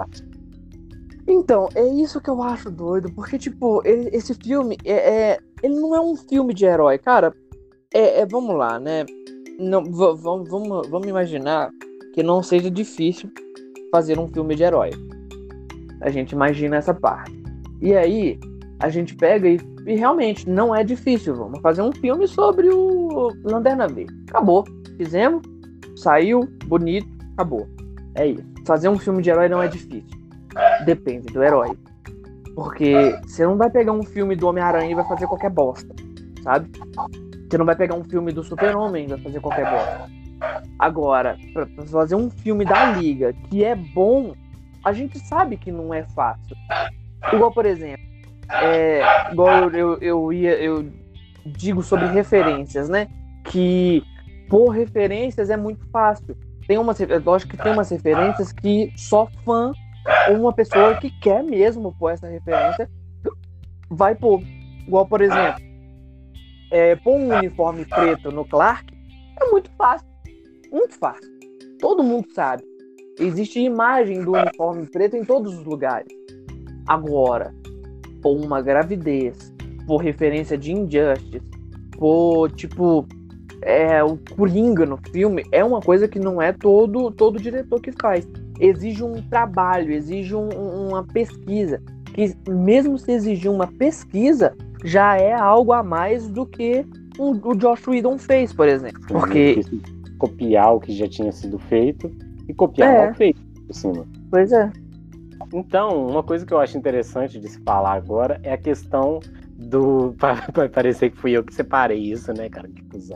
Então, é isso que eu acho doido, porque, tipo, ele, esse filme, é, é, ele não é um filme de herói, cara. É, é vamos lá, né? Não, vamos, vamos, vamos imaginar que não seja difícil fazer um filme de herói. A gente imagina essa parte. E aí, a gente pega e, e realmente não é difícil. Vamos fazer um filme sobre o Lanterna Verde. Acabou. Fizemos, saiu, bonito, acabou. É isso. Fazer um filme de herói não é difícil. Depende do herói. Porque você não vai pegar um filme do Homem-Aranha e vai fazer qualquer bosta, sabe? Você não vai pegar um filme do Super-Homem e vai fazer qualquer bosta. Agora, pra fazer um filme da Liga que é bom, a gente sabe que não é fácil. Igual, por exemplo, é, igual eu, eu, eu, ia, eu digo sobre referências, né? Que por referências é muito fácil. Tem umas, lógico que tem umas referências que só fã ou uma pessoa que quer mesmo pôr essa referência vai pôr. Igual, por exemplo, é, pôr um uniforme preto no Clark é muito fácil. Muito fácil. Todo mundo sabe. Existe imagem do uniforme preto em todos os lugares. Agora, por uma gravidez, por referência de Injustice, por, tipo, é, o Coringa no filme, é uma coisa que não é todo, todo diretor que faz. Exige um trabalho, exige um, uma pesquisa. Que mesmo se exigir uma pesquisa, já é algo a mais do que o, o Joss Whedon fez, por exemplo. Porque... copiar o que já tinha sido feito e copiar é. mal feito por cima. Pois é. Então, uma coisa que eu acho interessante de se falar agora é a questão do... Vai parecer que fui eu que separei isso, né, cara? Que cuzão.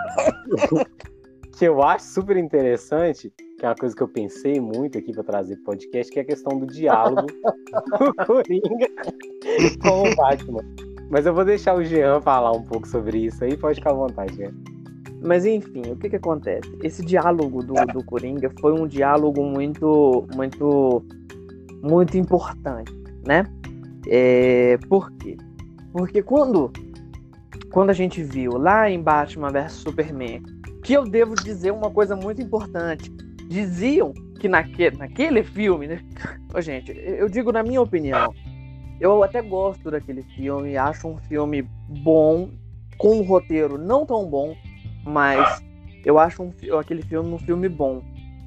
Que eu acho super interessante, que é uma coisa que eu pensei muito aqui pra trazer pro podcast, que é a questão do diálogo do Coringa com o Batman. Mas eu vou deixar o Jean falar um pouco sobre isso aí, pode ficar à vontade, Jean. Mas enfim, o que que acontece? Esse diálogo do, do Coringa foi um diálogo muito, muito, muito importante, né? É, por quê? Porque quando, quando a gente viu lá em Batman versus Superman, que eu devo dizer uma coisa muito importante, diziam que naque, naquele filme, né? Ô, gente, eu digo na minha opinião, eu até gosto daquele filme, acho um filme bom, com um roteiro não tão bom, mas eu acho um, aquele filme um filme bom.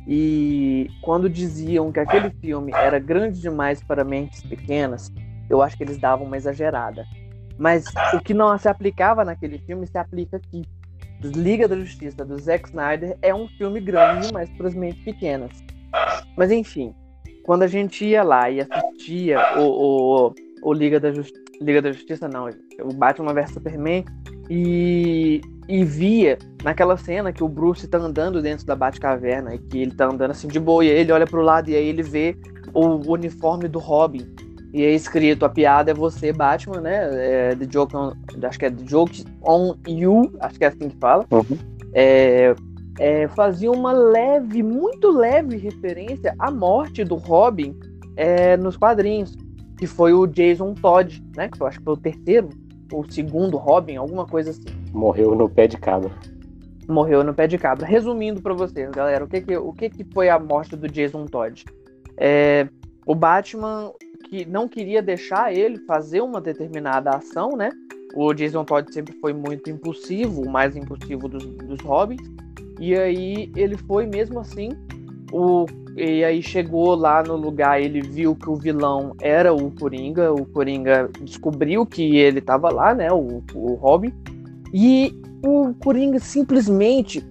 E quando diziam que aquele filme era grande demais para mentes pequenas, eu acho que eles davam uma exagerada. Mas o que não se aplicava naquele filme se aplica aqui. Liga da Justiça, do Zack Snyder, é um filme grande demais para as mentes pequenas. Mas enfim, quando a gente ia lá e assistia o, o, o Liga da Justiça, Liga da Justiça não, o Batman versus Superman, e, e via naquela cena que o Bruce tá andando dentro da Batcaverna e que ele tá andando assim de boa, e aí ele olha pro lado e aí ele vê o uniforme do Robin e é escrito: a piada é você, Batman, né? É, the joke on, acho que é The Joke on You, acho que é assim que fala. Uhum. É, é, fazia uma leve, muito leve referência à morte do Robin é, nos quadrinhos, que foi o Jason Todd, né? Que eu acho que foi o terceiro, o segundo Robin, alguma coisa assim. Morreu no pé de cabra. Morreu no pé de cabra. Resumindo pra vocês, galera, o que que, o que que foi a morte do Jason Todd? É, o Batman que não queria deixar ele fazer uma determinada ação, né? O Jason Todd sempre foi muito impulsivo, o mais impulsivo dos, dos Robins. E aí ele foi mesmo assim. O, e aí chegou lá no lugar, ele viu que o vilão era o Coringa. O Coringa descobriu que ele estava lá, né? O, o Robin. E o Coringa simplesmente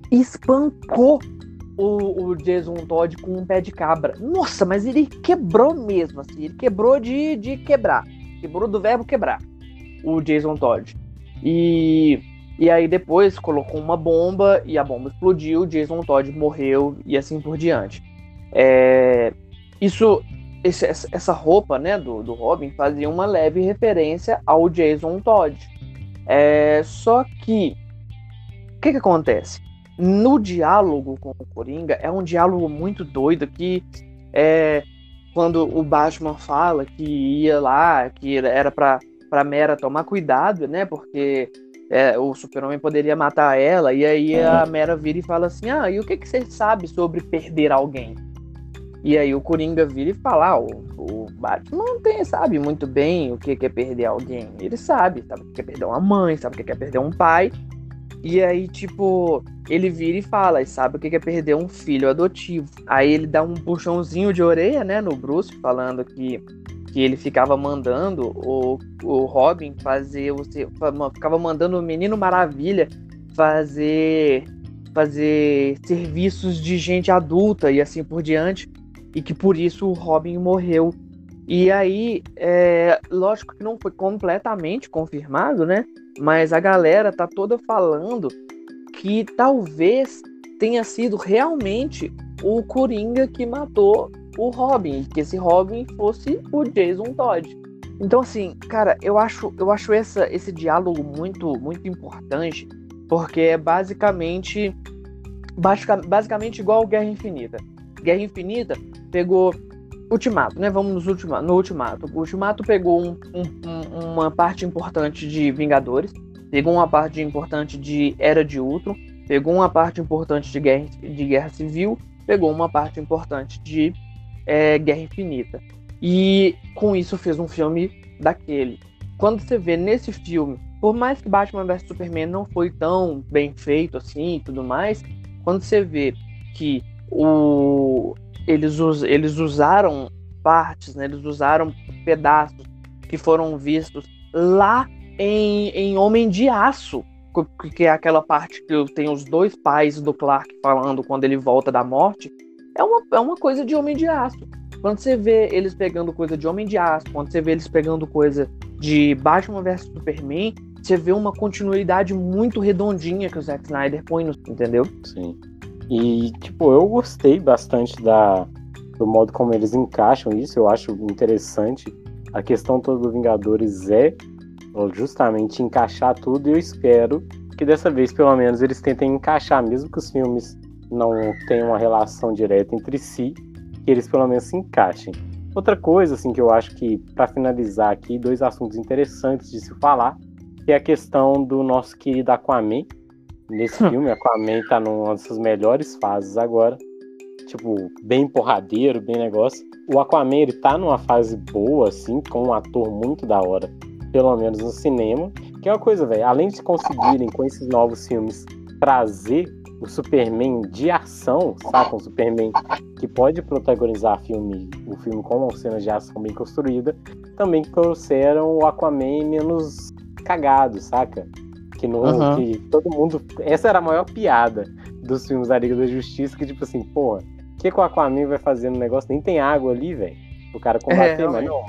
espancou o, o Jason Todd com um pé de cabra. Nossa, mas ele quebrou mesmo, assim. Ele quebrou de, de quebrar. Quebrou do verbo quebrar. O Jason Todd. E, e aí depois colocou uma bomba e a bomba explodiu, o Jason Todd morreu e assim por diante. É, isso, esse, essa roupa, né, do, do Robin fazia uma leve referência ao Jason Todd. É, só que o que que acontece? No diálogo com o Coringa, é um diálogo muito doido que é, quando o Batman fala que ia lá, que era pra, pra Mera tomar cuidado, né, porque é, o Super-Homem poderia matar ela, e aí a Mera vira e fala assim: ah, e o que que você sabe sobre perder alguém? E aí o Coringa vira e fala: ah, o, o Batman não tem, sabe muito bem o que que é perder alguém. Ele sabe, sabe o que é perder uma mãe, sabe o que é perder um pai. E aí, tipo, ele vira e fala, e sabe o que é perder um filho adotivo. Aí ele dá um puxãozinho de orelha, né, no Bruce, falando que que ele ficava mandando o, o Robin fazer, o, ficava mandando o Menino Maravilha fazer, fazer serviços de gente adulta e assim por diante, e que por isso o Robin morreu. E aí, é, lógico que não foi completamente confirmado, né? Mas a galera tá toda falando que talvez tenha sido realmente o Coringa que matou o Robin, que esse Robin fosse o Jason Todd. Então, assim, cara, eu acho, eu acho essa, esse diálogo muito, muito importante, porque é basicamente, basicamente igual ao Guerra Infinita. Guerra Infinita pegou Ultimato, né? Vamos nos ultima, no Ultimato. O Ultimato pegou um, um, uma parte importante de Vingadores, pegou uma parte importante de Era de Ultron, pegou uma parte importante de Guerra, de Guerra Civil, pegou uma parte importante de é, Guerra Infinita. E com isso fez um filme daquele. Quando você vê nesse filme, por mais que Batman versus Superman não foi tão bem feito assim e tudo mais, quando você vê que o, eles, us, eles usaram partes, né, eles usaram pedaços que foram vistos lá em, em Homem de Aço, que é aquela parte que tem os dois pais do Clark falando quando ele volta da morte, é uma, é uma coisa de Homem de Aço. Quando você vê eles pegando coisa de Homem de Aço, quando você vê eles pegando coisa de Batman versus Superman, você vê uma continuidade muito redondinha que o Zack Snyder põe no... Entendeu? Sim. E, tipo, eu gostei bastante da, do modo como eles encaixam isso, eu acho interessante. A questão toda do Vingadores é justamente encaixar tudo, e eu espero que dessa vez, pelo menos, eles tentem encaixar, mesmo que os filmes não tenham uma relação direta entre si, que eles pelo menos se encaixem. Outra coisa, assim, que eu acho que, para finalizar aqui, dois assuntos interessantes de se falar, que é a questão do nosso querido Aquaman. Nesse filme, Aquaman tá numa das suas melhores fases agora, tipo, bem porradeiro, bem negócio. O Aquaman, ele tá numa fase boa, assim, com um ator muito da hora, pelo menos no cinema, que é uma coisa, velho, além de conseguirem, com esses novos filmes, trazer o Superman de ação, saca? Um Superman que pode protagonizar filme, o filme com uma cena de ação bem construída, também trouxeram o Aquaman menos cagado, saca? Que, no, uhum. que todo mundo... Essa era a maior piada dos filmes da Liga da Justiça, que tipo assim, porra, o que, que o Aquaman vai fazer no negócio? Nem tem água ali, velho, o cara combater, é, mas não...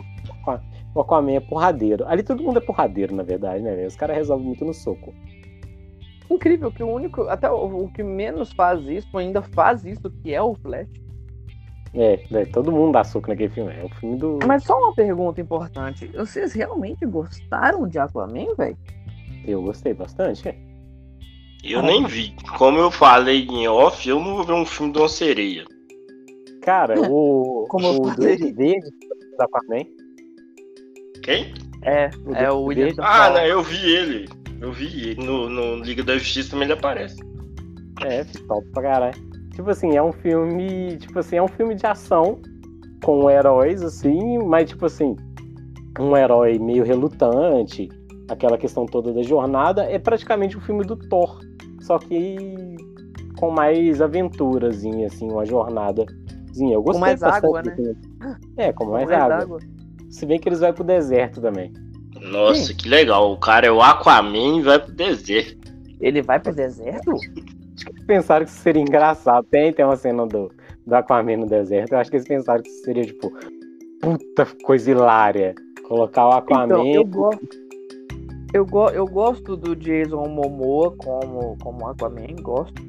O Aquaman é porradeiro. Ali todo mundo é porradeiro, na verdade, né, velho? Os caras resolvem muito no soco. Incrível que o único, até o, o que menos faz isso, ainda faz isso, que é o Flash. É, é, todo mundo dá soco naquele filme. É o filme do... Mas só uma pergunta importante. Vocês realmente gostaram de Aquaman, velho? Eu gostei bastante, é. Eu ah. nem vi. Como eu falei em off, eu não vou ver um filme de uma sereia. Cara, o... Como o Duende Verde do Aquaman. Quem? É, o é o William. Ah, não, eu vi ele. Eu vi ele no, no Liga da Justiça, também ele aparece. É, top pra caralho. Tipo assim, é um filme. Tipo assim, é um filme de ação com heróis, assim, mas tipo assim, um herói meio relutante, aquela questão toda da jornada, é praticamente um filme do Thor. Só que com mais aventurazinha, assim, uma jornadazinha. Eu gostei com mais água, né? Filme. É, com mais, com mais água. água. Se bem que eles vão pro deserto também. Nossa, Sim. Que legal. O cara é o Aquaman e vai pro deserto. Ele vai pro deserto? Acho que eles pensaram que isso seria engraçado. Tem, tem uma cena do, do Aquaman no deserto. Eu acho que eles pensaram que isso seria, tipo, puta coisa hilária. Colocar o Aquaman... Então, eu, gosto, eu, go, eu gosto do Jason Momoa como, como Aquaman, gosto.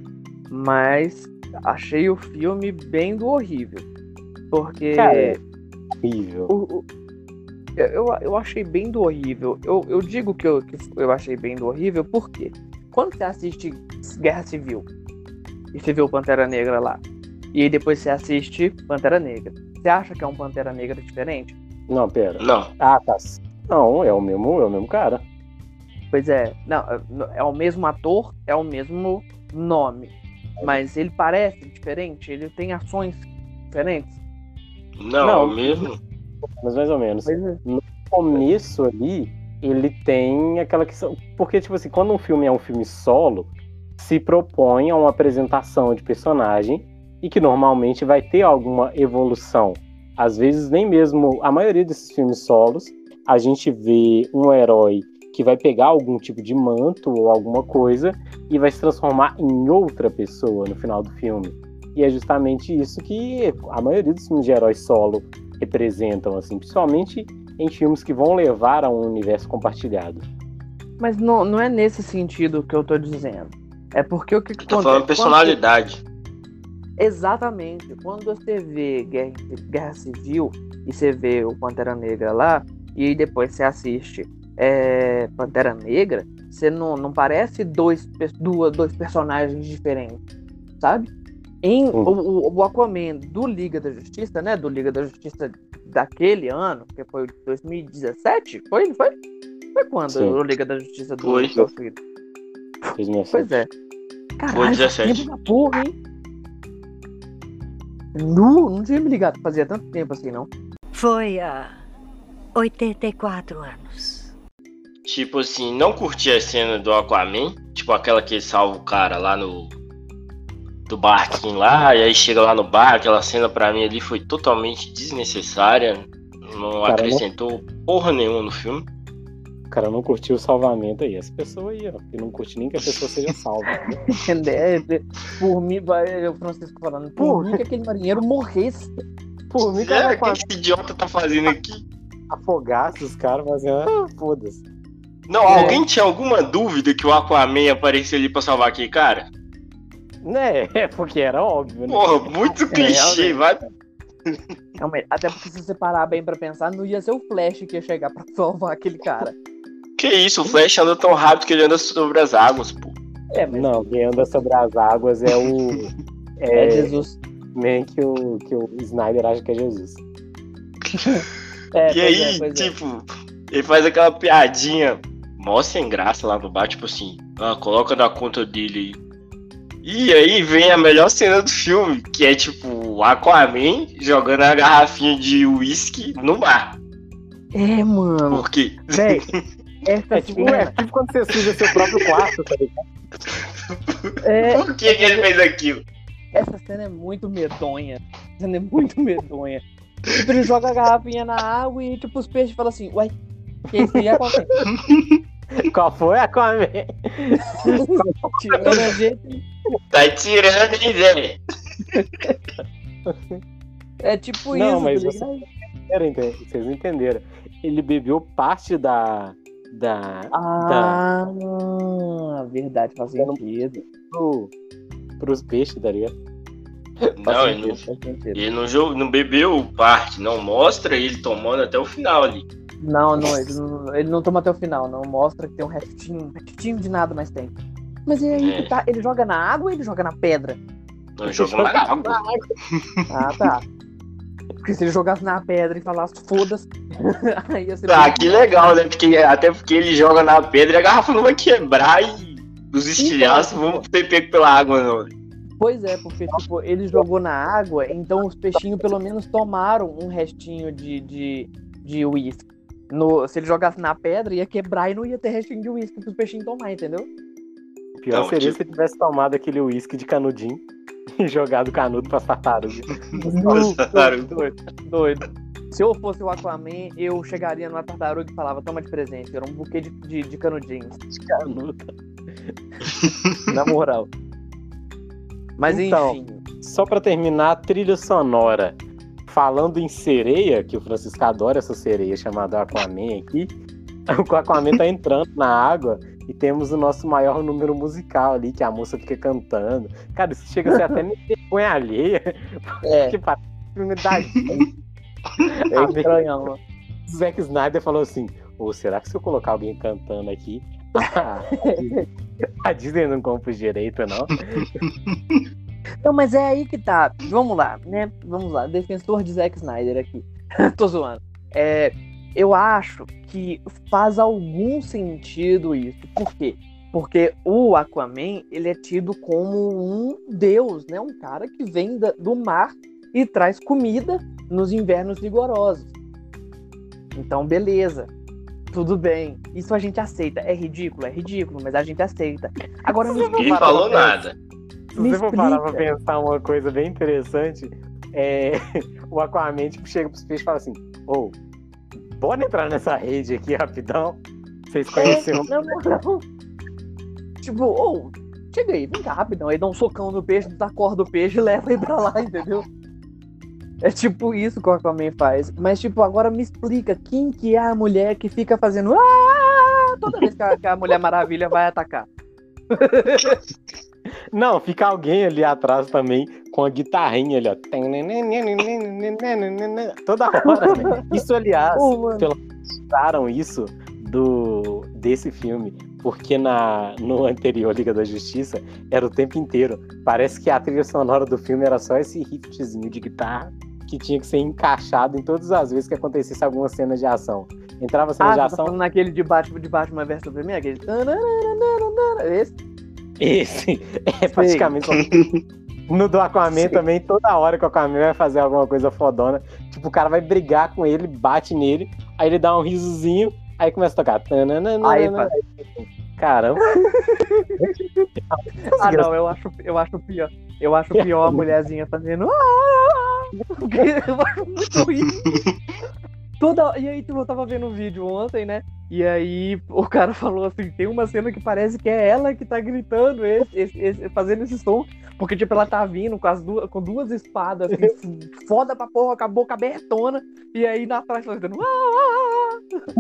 Mas achei o filme bem do horrível. Porque... Cara, é horrível. O, o, Eu, eu achei bem do horrível. Eu, eu digo que eu, que eu achei bem do horrível porque quando você assiste Guerra Civil e você vê o Pantera Negra lá, e aí depois você assiste Pantera Negra, você acha que é um Pantera Negra diferente? Não, pera. Não. Ah, tá. Não, é o mesmo, é o mesmo cara. Pois é. Não, é o mesmo ator, é o mesmo nome. Mas ele parece diferente? Ele tem ações diferentes? Não, Não é o mesmo. Mas mais ou menos. É. No começo ali, ele tem aquela questão... Porque, tipo assim, quando um filme é um filme solo, se propõe a uma apresentação de personagem e que normalmente vai ter alguma evolução Às vezes nem mesmo a maioria desses filmes solos, a gente vê um herói que vai pegar algum tipo de manto ou alguma coisa e vai se transformar em outra pessoa no final do filme. E é justamente isso que a maioria dos filmes de herói solo representam, assim, principalmente em filmes que vão levar a um universo compartilhado. Mas não, não é nesse sentido que eu tô dizendo. É porque o que Eu tô falando personalidade. Quando... Exatamente. Quando você vê Guerra, Guerra Civil e você vê o Pantera Negra lá, e depois você assiste é, Pantera Negra, você não, não parece dois, duas, dois personagens diferentes, sabe? Em, Uhum. o, o Aquaman do Liga da Justiça, né? Do Liga da Justiça daquele ano, que foi dois mil e dezessete? Foi? Não foi? Foi quando Sim. o Liga da Justiça do Foi. Joss Whedon? dois mil e sete. Pois é. Caralho, Foi dezessete. tempo da porra, hein? Não, não tinha me ligado, fazia tanto tempo assim, não. Foi há oitenta e quatro anos. Tipo assim, não curti a cena do Aquaman, tipo aquela que ele salva o cara lá no do barquinho lá, e aí chega lá no bar, aquela cena pra mim ali foi totalmente desnecessária, não Cara, acrescentou porra nenhuma no filme. O cara não curtiu o salvamento aí. Essa pessoa aí, ó, que não curte nem que a pessoa seja salva. É, por mim, vai o Francisco falando, por mim que aquele marinheiro morresse. Por mim, É, cara, o que esse idiota tá fazendo aqui? afogasse os caras, fazendo, ah, foda-se. Não, É. alguém tinha alguma dúvida que o Aquaman aparecia ali pra salvar aquele cara? Né, é porque era óbvio, né? Porra, muito clichê, realmente. vai. Realmente, até porque se você parar bem pra pensar, não ia ser o Flash que ia chegar pra salvar aquele cara. Que isso, o Flash anda tão rápido que ele anda sobre as águas, pô. É, mas Não, quem anda sobre as águas é o. é, É, Jesus. meio que o, que o Snyder acha que é Jesus. É, E pois aí, é, pois é. tipo, ele faz aquela piadinha mó sem graça lá no bar, tipo assim, ah, coloca na conta dele aí. E aí vem a melhor cena do filme, que é tipo o Aquaman jogando a garrafinha de uísque no mar. É, mano. Por quê? Véi, essa É tipo, é cena. tipo quando você suja seu próprio quarto, tá ligado? É, Por que, que ele fez aquilo? essa cena é muito medonha. Essa cena é muito medonha. Tipo, ele joga a garrafinha na água e tipo, os peixes falam assim, uai, que isso aí acontece? Qual foi a Aquaman? Tirando a gente. Tá tirando, hein, Zé? É tipo Não, isso, mas tá você- ligado? Entenderam, ente- Vocês entenderam. Ele bebeu parte da. da. Ah, verdade, faz Eu não- sentido. pro, pros peixes, tá ligado? Não, Faz ele não, sentido. Faz sentido. ele não, jogou, não bebeu parte, não. Mostra ele tomando até o final ali. Não, não ele, não, ele não toma até o final, não mostra que tem um restinho, restinho de nada, mas tem. Mas e aí É. que tá? Ele joga na água ou ele joga na pedra? Não joga na água. Ah, tá. Porque se ele jogasse na pedra e falasse foda-se, aí ia ser. Ah, bem- que legal, né? Porque, até porque ele joga na pedra e a garrafa não vai quebrar e os estilhaços vão ser pegos pela água, não. Pois é, porque tipo, ele jogou na água, então os peixinhos pelo menos tomaram um restinho de de, de uísque. No, se ele jogasse na pedra, ia quebrar e não ia ter restinho de uísque pros peixinhos tomar, entendeu? O pior Não, seria tipo- se ele tivesse tomado aquele uísque de canudinho e jogado o canudo pra tartaruga. Tartaruga. Doido, doido. Se eu fosse o Aquaman, eu chegaria numa tartaruga e falava, toma de presente. Era um buquê de, de, de canudinhos. Canudo. Na moral. Mas Então. enfim. Só pra terminar, a trilha sonora. Falando em sereia, que o Francisco adora essa sereia chamada Aquaman aqui. O Aquaman tá entrando na água e temos o nosso maior número musical ali, que a moça fica cantando. Cara, isso chega a ser até meio vergonha alheia. É, Que parece um filme da é estranhão. mano. O Zack Snyder falou assim: ou será que se eu colocar alguém cantando aqui, a Disney não compra os direitos, não? Não, mas é aí que tá. Vamos lá, né? Vamos lá. Defensor de Zack Snyder aqui. Tô zoando. É, eu acho que faz algum sentido isso. Por quê? Porque o Aquaman, ele é tido como um deus, né? Um cara que vem da- do mar e traz comida nos invernos rigorosos. Então, beleza. Tudo bem. Isso a gente aceita. É ridículo? É ridículo, mas a gente aceita. Agora, me Ninguém explica- falou nada. Se Me você for parar pra explica. pensar uma coisa bem interessante, é... o Aquaman tipo, chega pros peixes e fala assim, ô, oh, bora entrar nessa rede aqui rapidão? Vocês conheceram? Não, não, não. Tipo, ô, oh, chega aí, vem cá rapidão. Aí dá um socão no peixe, dá a corda do peixe e leva ele pra lá, entendeu? É tipo isso que o Aquaman faz. Mas, tipo, agora me explica quem que é a mulher que fica fazendo ah! toda vez que a, que a Mulher Maravilha vai atacar. Não, fica alguém ali atrás também com a guitarrinha ali, ó. Toda hora, né? Isso, aliás, Oh, mano. pelo menos tiraram isso do, desse filme, porque na, no anterior Liga da Justiça era o tempo inteiro. Parece que a trilha sonora do filme era só esse riffzinho de guitarra que tinha que ser encaixado em todas as vezes que acontecesse alguma cena de ação. Entrava cena Ah, de você tá ação... falando naquele de Batman, de Batman versus Superman? Aquele... Esse? Esse é praticamente... No do Aquaman Sim. também, toda hora que o Aquaman vai fazer alguma coisa fodona, tipo, o cara vai brigar com ele, bate nele, aí ele dá um risozinho, aí começa a tocar. Aí, pá. Caramba. Ah, não, eu acho, eu acho pior. Eu acho pior a mulherzinha fazendo. "Ah!" Eu acho muito ruim. Toda... E aí, tipo, eu tava vendo um vídeo ontem, né? E aí o cara falou assim: tem uma cena que parece que é ela que tá gritando, esse, esse, esse, fazendo esse som. Porque, tipo, ela tá vindo com, as duas, com duas espadas, assim, foda pra porra, com a boca abertona. E aí na trás fazendo. "Ah!"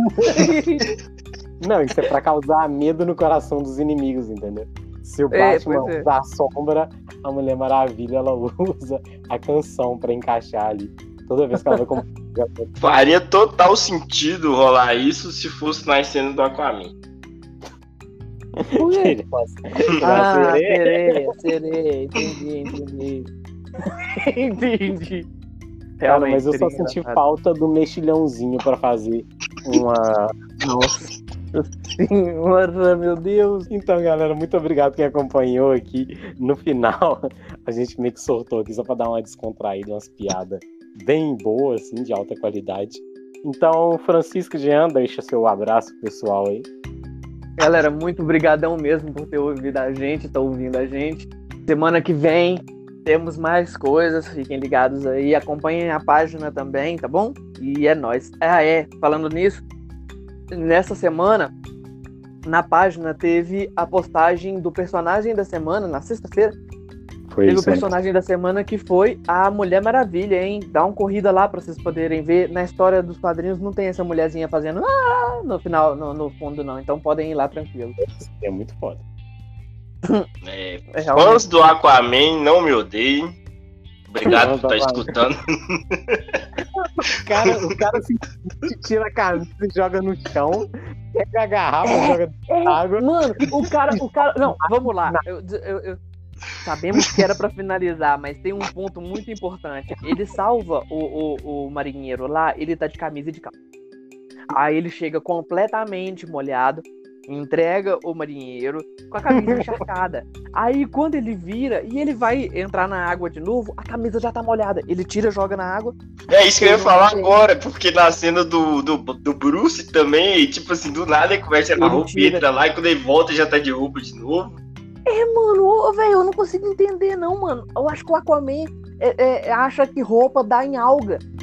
Não, isso é pra causar medo no coração dos inimigos, entendeu? Se o É, Batman pois é. usa a sombra, a Mulher Maravilha, ela usa a canção pra encaixar ali. Toda vez que ela vai com... Faria total sentido rolar isso se fosse na cena do Aquaman. Por quê? Ele passa- Ah, sereia. sereia, sereia, entendi, entendi. Entendi. Cara, mas Realmente eu só seria senti engraçado. falta do mexilhãozinho pra fazer uma... Nossa senhora, meu Deus. Então, galera, muito obrigado quem acompanhou aqui. No final, a gente meio que soltou aqui só pra dar uma descontraída, umas piadas bem boas, assim, de alta qualidade. Então, Francisco Jean, deixa seu abraço pessoal aí. Galera, muito brigadão mesmo por ter ouvido a gente, tá ouvindo a gente. Semana que vem temos mais coisas, fiquem ligados aí, acompanhem a página também, tá bom? E é nóis. Ah, é, falando nisso, nessa semana, na página teve a postagem do personagem da semana, na sexta-feira, Foi teve o isso, né? personagem da semana que foi a Mulher Maravilha, hein? Dá uma corrida lá pra vocês poderem ver. Na história dos quadrinhos não tem essa mulherzinha fazendo ah! no final, no, no fundo não, então podem ir lá tranquilo. É muito foda. É, É, realmente. fãs do Aquaman, não me odeiem. Obrigado por Fãs do estar Aquaman. escutando. O cara, o cara se tira a camisa e joga no chão, pega a garrafa, joga na água. Mano, o cara, o cara. Não, vamos lá. Eu, eu- eu- Sabemos que era pra finalizar, mas tem um ponto muito importante. Ele salva o, o, o marinheiro lá, ele tá de camisa e de calça. Aí ele chega completamente molhado, entrega o marinheiro com a camisa encharcada. Aí quando ele vira e ele vai entrar na água de novo, a camisa já tá molhada. Ele tira, joga na água. É isso que eu ia Eu não falar sei. agora, porque na cena do, do, do Bruce também, tipo assim, do nada ele conversa com a Ele roupa e tira. entra lá e quando ele volta já tá de roupa de novo. Mano, ô, velho, eu não consigo entender não, mano. Eu acho que o Aquaman é- é- acha que roupa dá em alga.